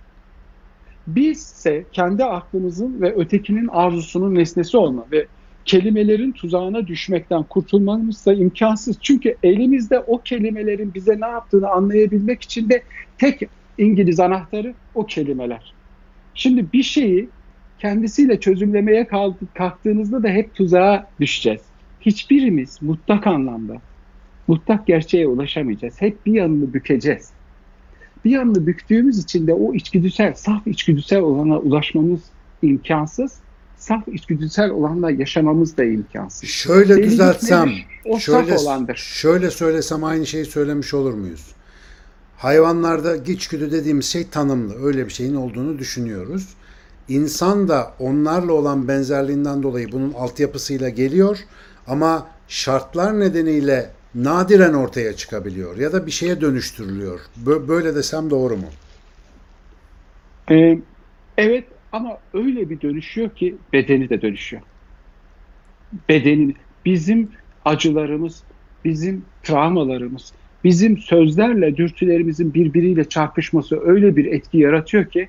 Bizse kendi aklımızın ve ötekinin arzusunun nesnesi olma ve kelimelerin tuzağına düşmekten kurtulmamız da imkansız. Çünkü elimizde o kelimelerin bize ne yaptığını anlayabilmek için de tek İngiliz anahtarı o kelimeler. Şimdi bir şeyi kendisiyle çözümlemeye kalktığınızda da hep tuzağa düşeceğiz. Hiçbirimiz mutlak anlamda, mutlak gerçeğe ulaşamayacağız. Hep bir yanını bükeceğiz. Bir yanını büktüğümüz için de o içgüdüsel, saf içgüdüsel olana ulaşmamız imkansız. Saf içgüdüsel olanla yaşamamız da imkansız. Şöyle Delilik düzeltsem, nedir? O şöyle, saf olandır. Şöyle söylesem aynı şeyi söylemiş olur muyuz? Hayvanlarda içgüdü dediğimiz şey tanımlı. Öyle bir şeyin olduğunu düşünüyoruz. İnsan da onlarla olan benzerliğinden dolayı bunun altyapısıyla geliyor ama şartlar nedeniyle nadiren ortaya çıkabiliyor ya da bir şeye dönüştürülüyor. Böyle desem doğru mu? Ee, evet ama öyle bir dönüşüyor ki bedeni de dönüşüyor. Bedeni, bizim acılarımız, bizim travmalarımız, bizim sözlerle dürtülerimizin birbiriyle çarpışması öyle bir etki yaratıyor ki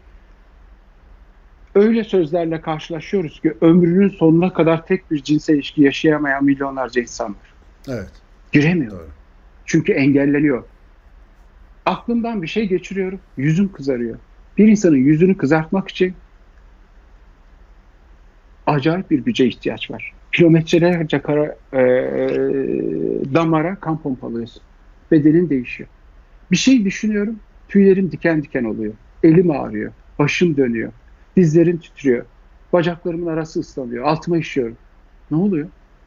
öyle sözlerle karşılaşıyoruz ki ömrünün sonuna kadar tek bir cinsel ilişki yaşayamayan milyonlarca insan var. Evet. Giremiyor. Doğru. Çünkü engelleniyor. Aklımdan bir şey geçiriyorum, yüzüm kızarıyor. Bir insanın yüzünü kızartmak için acayip bir güce ihtiyaç var. Kilometrelerce kara, e, damara kan pompalıyorsun. Bedenin değişiyor. Bir şey düşünüyorum, tüylerim diken diken oluyor. Elim ağrıyor, başım dönüyor. Dizlerim titriyor. Bacaklarımın arası ıslanıyor. Altıma işiyorum. Ne oluyor?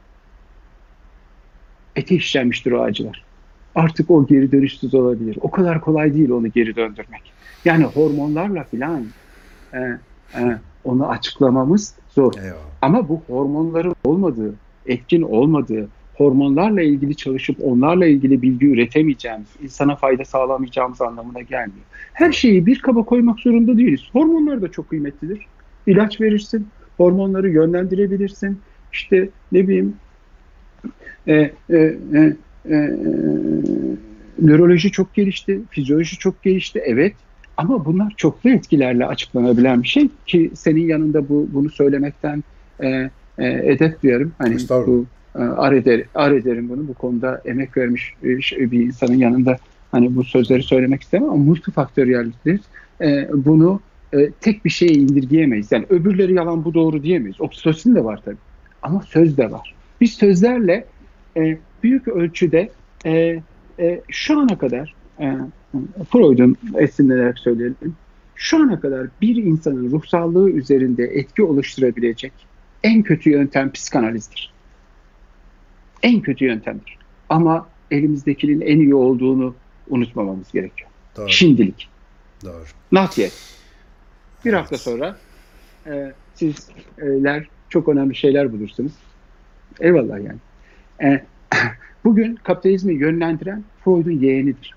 Ete işlenmiştir o acılar. Artık o geri dönüşsüz olabilir. O kadar kolay değil onu geri döndürmek. Yani hormonlarla filan e, e, onu açıklamamız zor. Eyvallah. Ama bu hormonların olmadığı, etkin olmadığı, hormonlarla ilgili çalışıp onlarla ilgili bilgi üretemeyeceğimiz, insana fayda sağlamayacağımız anlamına gelmiyor. Her şeyi bir kaba koymak zorunda değiliz. Hormonlar da çok kıymetlidir. İlaç verirsin, hormonları yönlendirebilirsin. İşte ne bileyim, e, e, e, e, nöroloji çok gelişti, fizyoloji çok gelişti, evet. Ama bunlar çoklu etkilerle açıklanabilen bir şey ki senin yanında bu bunu söylemekten e, e, edep duyarım. Hani bu ar, eder, ar ederim bunu. Bu konuda emek vermiş bir insanın yanında hani bu sözleri söylemek istemem ama multifaktöriyeldir. E, bunu e, tek bir şeye indirgeyemeyiz. Yani öbürleri yalan, bu doğru diyemeyiz. Oksitosin de var tabii. Ama söz de var. Biz sözlerle e, büyük ölçüde e, e, şu ana kadar e, Freud'un esinlenerek söyleyelim. Şu ana kadar bir insanın ruh sağlığı üzerinde etki oluşturabilecek en kötü yöntem psikanalizdir. En kötü yöntemdir. Ama elimizdekinin en iyi olduğunu unutmamamız gerekiyor. Doğru. Şimdilik. Doğru. Not yet. Bir Evet. hafta sonra e, sizler çok önemli şeyler bulursunuz. Eyvallah yani. E, bugün kapitalizmi yönlendiren Freud'un yeğenidir.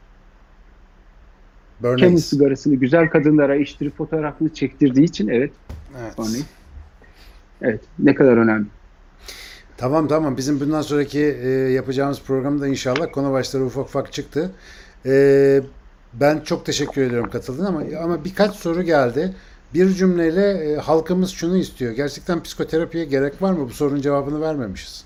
Camel sigarasını güzel kadınlara içtirip fotoğrafını çektirdiği için evet. Evet. Örneğin. Evet. Ne kadar önemli. Tamam tamam. Bizim bundan sonraki e, yapacağımız programda inşallah konu başları ufak ufak çıktı. E, ben çok teşekkür ediyorum katıldığın ama ama birkaç soru geldi. Bir cümleyle e, halkımız şunu istiyor. Gerçekten psikoterapiye gerek var mı? Bu sorunun cevabını vermemişiz.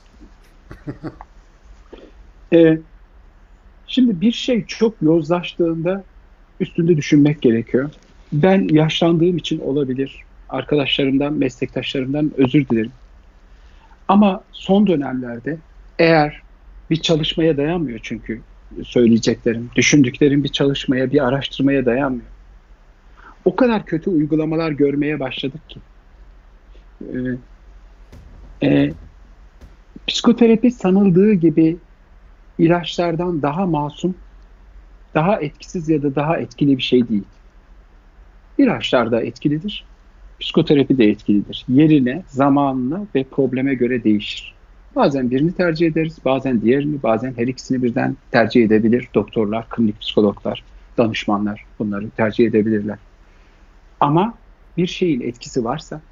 e, şimdi bir şey çok yozlaştığında üstünde düşünmek gerekiyor. Ben yaşlandığım için olabilir. Arkadaşlarımdan, meslektaşlarımdan özür dilerim. Ama son dönemlerde eğer bir çalışmaya dayanmıyor çünkü söyleyeceklerim, düşündüklerim bir çalışmaya, bir araştırmaya dayanmıyor. O kadar kötü uygulamalar görmeye başladık ki. Ee, e, psikoterapi sanıldığı gibi ilaçlardan daha masum, daha etkisiz ya da daha etkili bir şey değil. İlaçlar da etkilidir, psikoterapi de etkilidir. Yerine, zamanına ve probleme göre değişir. Bazen birini tercih ederiz, bazen diğerini, bazen her ikisini birden tercih edebilir. Doktorlar, klinik psikologlar, danışmanlar bunları tercih edebilirler. Ama bir şeyin etkisi varsa,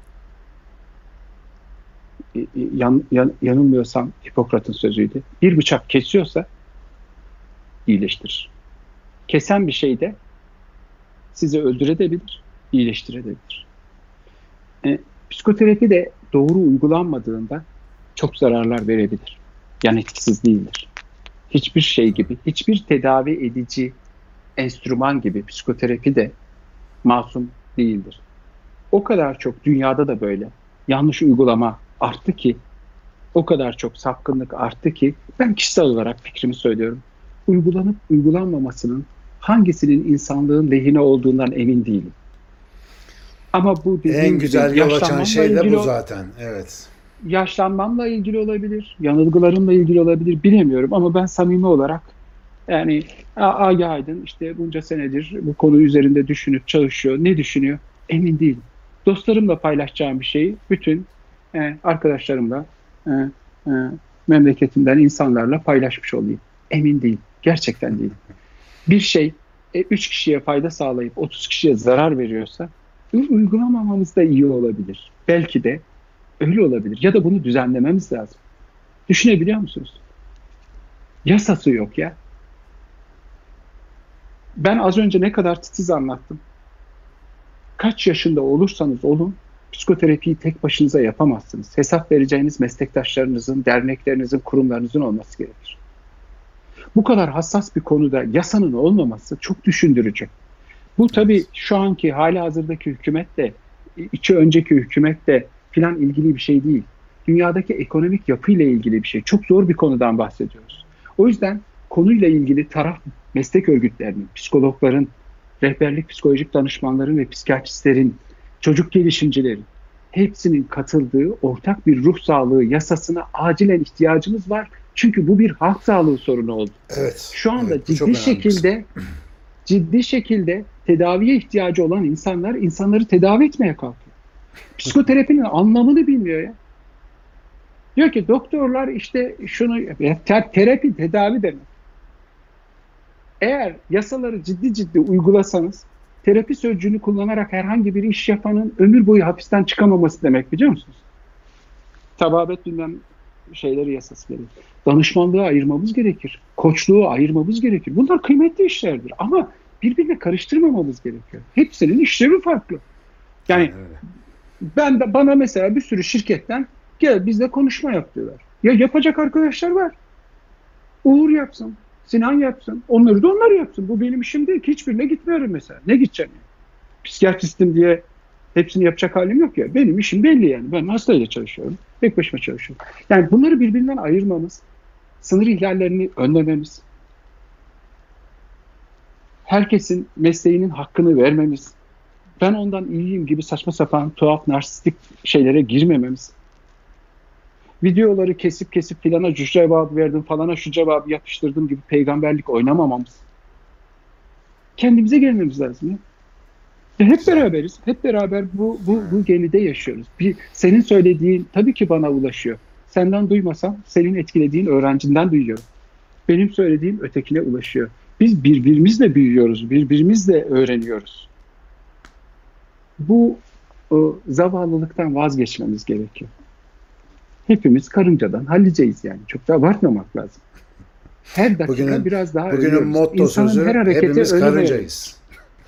yan, yan, yanılmıyorsam Hipokrat'ın sözüydü, bir bıçak kesiyorsa iyileştirir. Kesen bir şey de sizi öldürebilir, iyileştirebilir. E, psikoterapi de doğru uygulanmadığında çok zararlar verebilir. Yan etkisiz değildir. Hiçbir şey gibi, hiçbir tedavi edici enstrüman gibi psikoterapi de masum değildir. O kadar çok dünyada da böyle yanlış uygulama arttı ki, o kadar çok sapkınlık arttı ki ben kişisel olarak fikrimi söylüyorum. Uygulanıp uygulanmamasının hangisinin insanlığın lehine olduğundan emin değilim. Ama bu en güzel yol açan şey de bu zaten. Evet. Yaşlanmamla ilgili olabilir, yanılgılarımla ilgili olabilir, bilemiyorum ama ben samimi olarak yani Agi Aydın işte bunca senedir bu konu üzerinde düşünüp çalışıyor. Ne düşünüyor? Emin değilim. Dostlarımla paylaşacağım bir şeyi bütün e, arkadaşlarımla, e, e, memleketimden insanlarla paylaşmış olayım. Emin değilim. Gerçekten değilim. Bir şey e, üç kişiye fayda sağlayıp otuz kişiye zarar veriyorsa uygulamamamız da iyi olabilir. Belki de öyle olabilir. Ya da bunu düzenlememiz lazım. Düşünebiliyor musunuz? Yasası yok ya. Ben az önce ne kadar titiz anlattım. Kaç yaşında olursanız olun, psikoterapiyi tek başınıza yapamazsınız. Hesap vereceğiniz meslektaşlarınızın, derneklerinizin, kurumlarınızın olması gerekir. Bu kadar hassas bir konuda yasanın olmaması çok düşündürücü. Bu tabii şu anki hali hazırdaki hükümetle, iki önceki hükümetle filan ilgili bir şey değil. Dünyadaki ekonomik yapıyla ilgili bir şey. Çok zor bir konudan bahsediyoruz. O yüzden konuyla ilgili taraf meslek örgütlerinin, psikologların, rehberlik psikolojik danışmanların ve psikiyatristlerin, çocuk gelişimcilerin hepsinin katıldığı ortak bir ruh sağlığı yasasına acilen ihtiyacımız var. Çünkü bu bir halk sağlığı sorunu oldu. Evet. Şu anda evet, ciddi şekilde ciddi şekilde tedaviye ihtiyacı olan insanlar insanları tedavi etmeye kalkıyor. Psikoterapinin anlamını bilmiyor ya. Diyor ki doktorlar işte şunu terapi, tedavi demek. Eğer yasaları ciddi ciddi uygulasanız terapi sözcüğünü kullanarak herhangi bir iş yapanın ömür boyu hapisten çıkamaması demek, biliyor musunuz? Tababet bilmem şeyleri yasası gerekir. Danışmanlığı ayırmamız gerekir. Koçluğu ayırmamız gerekir. Bunlar kıymetli işlerdir ama birbirine karıştırmamamız gerekiyor. Hepsinin işlevi farklı. Yani ben de bana mesela bir sürü şirketten gel bizle konuşma yap diyorlar. Ya yapacak arkadaşlar var. Uğur yapsın, Sinan yapsın, onları da onlar yapsın. Bu benim işim değil ki. Hiçbirine gitmiyorum mesela. Ne gideceğim yani? Psikiyatristim diye hepsini yapacak halim yok ya. Benim işim belli yani. Ben hastayla çalışıyorum. Tek başıma çalışıyorum. Yani bunları birbirinden ayırmamız, sınır ihlallerini önlememiz, herkesin mesleğinin hakkını vermemiz, ben ondan iyiyim gibi saçma sapan, tuhaf, narsistik şeylere girmememiz, videoları kesip kesip filana şu cevabı verdim, falana şu cevabı yapıştırdım gibi peygamberlik oynamamamız, kendimize gelmemiz lazım ya. Ya hep beraberiz, hep beraber bu, bu, bu gemide yaşıyoruz. Bir, senin söylediğin tabii ki bana ulaşıyor. Senden duymasam senin etkilediğin öğrencinden duyuyorum. Benim söylediğim ötekine ulaşıyor. Biz birbirimizle büyüyoruz, birbirimizle öğreniyoruz. Bu o, zavallılıktan vazgeçmemiz gerekiyor. Hepimiz karıncadan halliceyiz yani. Çok da abartmamak lazım. Her dakika bugünün, biraz daha bugünün ölüyoruz. motto İnsanın sözü her hareketi hepimiz ölüme. karıncayız.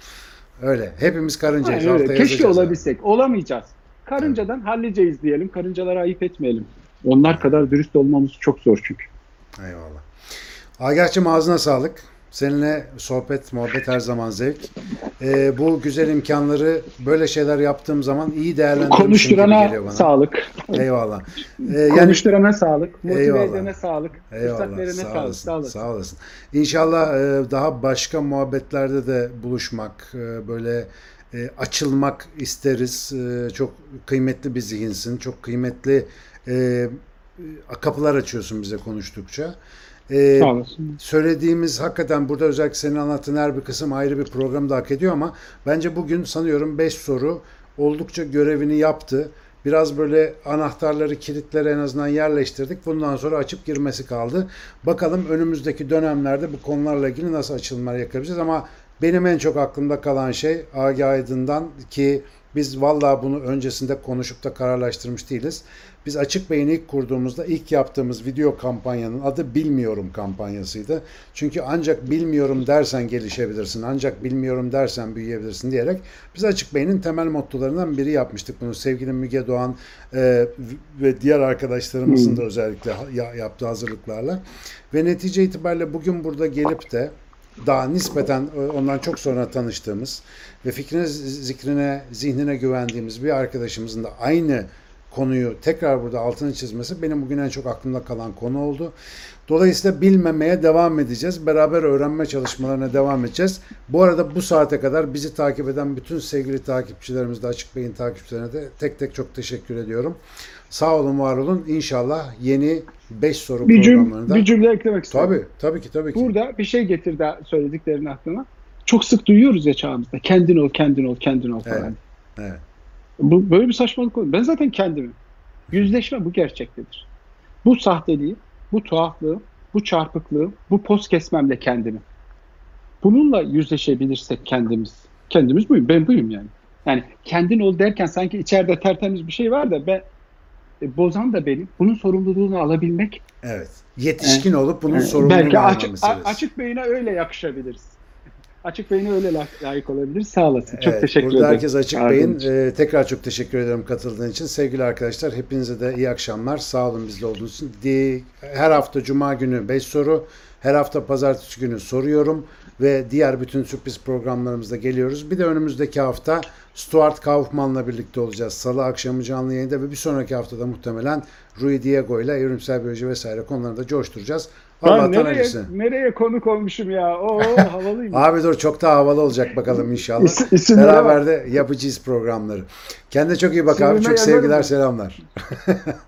Öyle. Hepimiz karıncayız. Aynen öyle. Keşke yazacağız olabilsek. Abi. Olamayacağız. Karıncadan evet. halliceyiz diyelim. Karıncalara ayıp etmeyelim. Onlar evet. kadar dürüst olmamız çok zor çünkü. Eyvallah. Agah'cığım ağzına sağlık. Seninle sohbet, muhabbet her zaman zevk. Ee, bu güzel imkanları böyle şeyler yaptığım zaman iyi değerlendirmişim gibi geliyor bana. Sağlık. Eyvallah. Ee, yani, Konuşturana sağlık. Motive eyvallah. edene sağlık. Fırsat verene sağ sağlık. olasın, sağ olasın. Sağ olasın. İnşallah e, daha başka muhabbetlerde de buluşmak, e, böyle e, açılmak isteriz. E, çok kıymetli bir zihinsin. Çok kıymetli e, kapılar açıyorsun bize konuştukça. Ee, söylediğimiz hakikaten burada özellikle senin anlattığın her bir kısım ayrı bir program da hak ediyor ama bence bugün sanıyorum beş soru oldukça görevini yaptı. Biraz böyle anahtarları, kilitleri en azından yerleştirdik. Bundan sonra açıp girmesi kaldı. Bakalım önümüzdeki dönemlerde bu konularla ilgili nasıl açılımlar yapabileceğiz ama benim en çok aklımda kalan şey Agah Aydın'dan ki biz vallahi bunu öncesinde konuşup da kararlaştırmış değiliz. Biz Açık Beyin'i ilk kurduğumuzda ilk yaptığımız video kampanyanın adı Bilmiyorum kampanyasıydı. Çünkü ancak bilmiyorum dersen gelişebilirsin, ancak bilmiyorum dersen büyüyebilirsin diyerek biz Açık Beyin'in temel mottolarından biri yapmıştık bunu. Sevgili Müge Doğan e, ve diğer arkadaşlarımızın hmm. da özellikle ya, yaptığı hazırlıklarla. Ve netice itibariyle bugün burada gelip de daha nispeten ondan çok sonra tanıştığımız ve fikrine, zikrine, zihnine güvendiğimiz bir arkadaşımızın da aynı konuyu tekrar burada altını çizmesi benim bugün en çok aklımda kalan konu oldu. Dolayısıyla bilmemeye devam edeceğiz. Beraber öğrenme çalışmalarına devam edeceğiz. Bu arada bu saate kadar bizi takip eden bütün sevgili takipçilerimiz de Açık Beyin takipçilerine de tek tek çok teşekkür ediyorum. Sağ olun, var olun. İnşallah yeni beş soru bir programlarında. Bir cümle eklemek istiyorum. Tabii, tabii ki, tabii ki. Burada bir şey getirdi söylediklerin aklıma. Çok sık duyuyoruz ya çağımızda. Kendin ol, kendin ol, kendin ol falan. Evet, evet. Bu, böyle bir saçmalık olur. Ben zaten kendimim. Yüzleşme bu gerçektedir. Bu sahteliği, bu tuhaflığı, bu çarpıklığı, bu poz kesmemle kendimi. Bununla yüzleşebilirsek kendimiz. Kendimiz buyum. Ben buyum yani. Yani kendin ol derken sanki içeride tertemiz bir şey var da ben e, bozan da benim. Bunun sorumluluğunu alabilmek. Evet. Yetişkin e, olup bunun e, sorumluluğunu belki almamız açık, lazım. Açık Beyin'e öyle yakışabiliriz. Açık Beyin'e öyle layık olabilir. Sağ olasın. Çok evet, teşekkür burada ederim. Herkes Açık Bey'in. Ee, tekrar çok teşekkür ederim katıldığın için. Sevgili arkadaşlar, hepinize de iyi akşamlar. Sağ olun bizde olduğunuz için. Her hafta Cuma günü beş soru. Her hafta Pazartesi günü soruyorum. Ve diğer bütün sürpriz programlarımızda geliyoruz. Bir de önümüzdeki hafta Stuart Kaufman'la birlikte olacağız. Salı akşamı canlı yayında ve bir sonraki haftada muhtemelen Rui Diego ile evrimsel biyoloji vesaire konularında coşturacağız. Ben nereye, nereye konuk olmuşum ya? Oo, havalıyım. Abi dur, çok daha havalı olacak bakalım inşallah. İs, Beraber de yapacağız programları. Kendine çok iyi bak abi. Çok sevgiler, selamlar.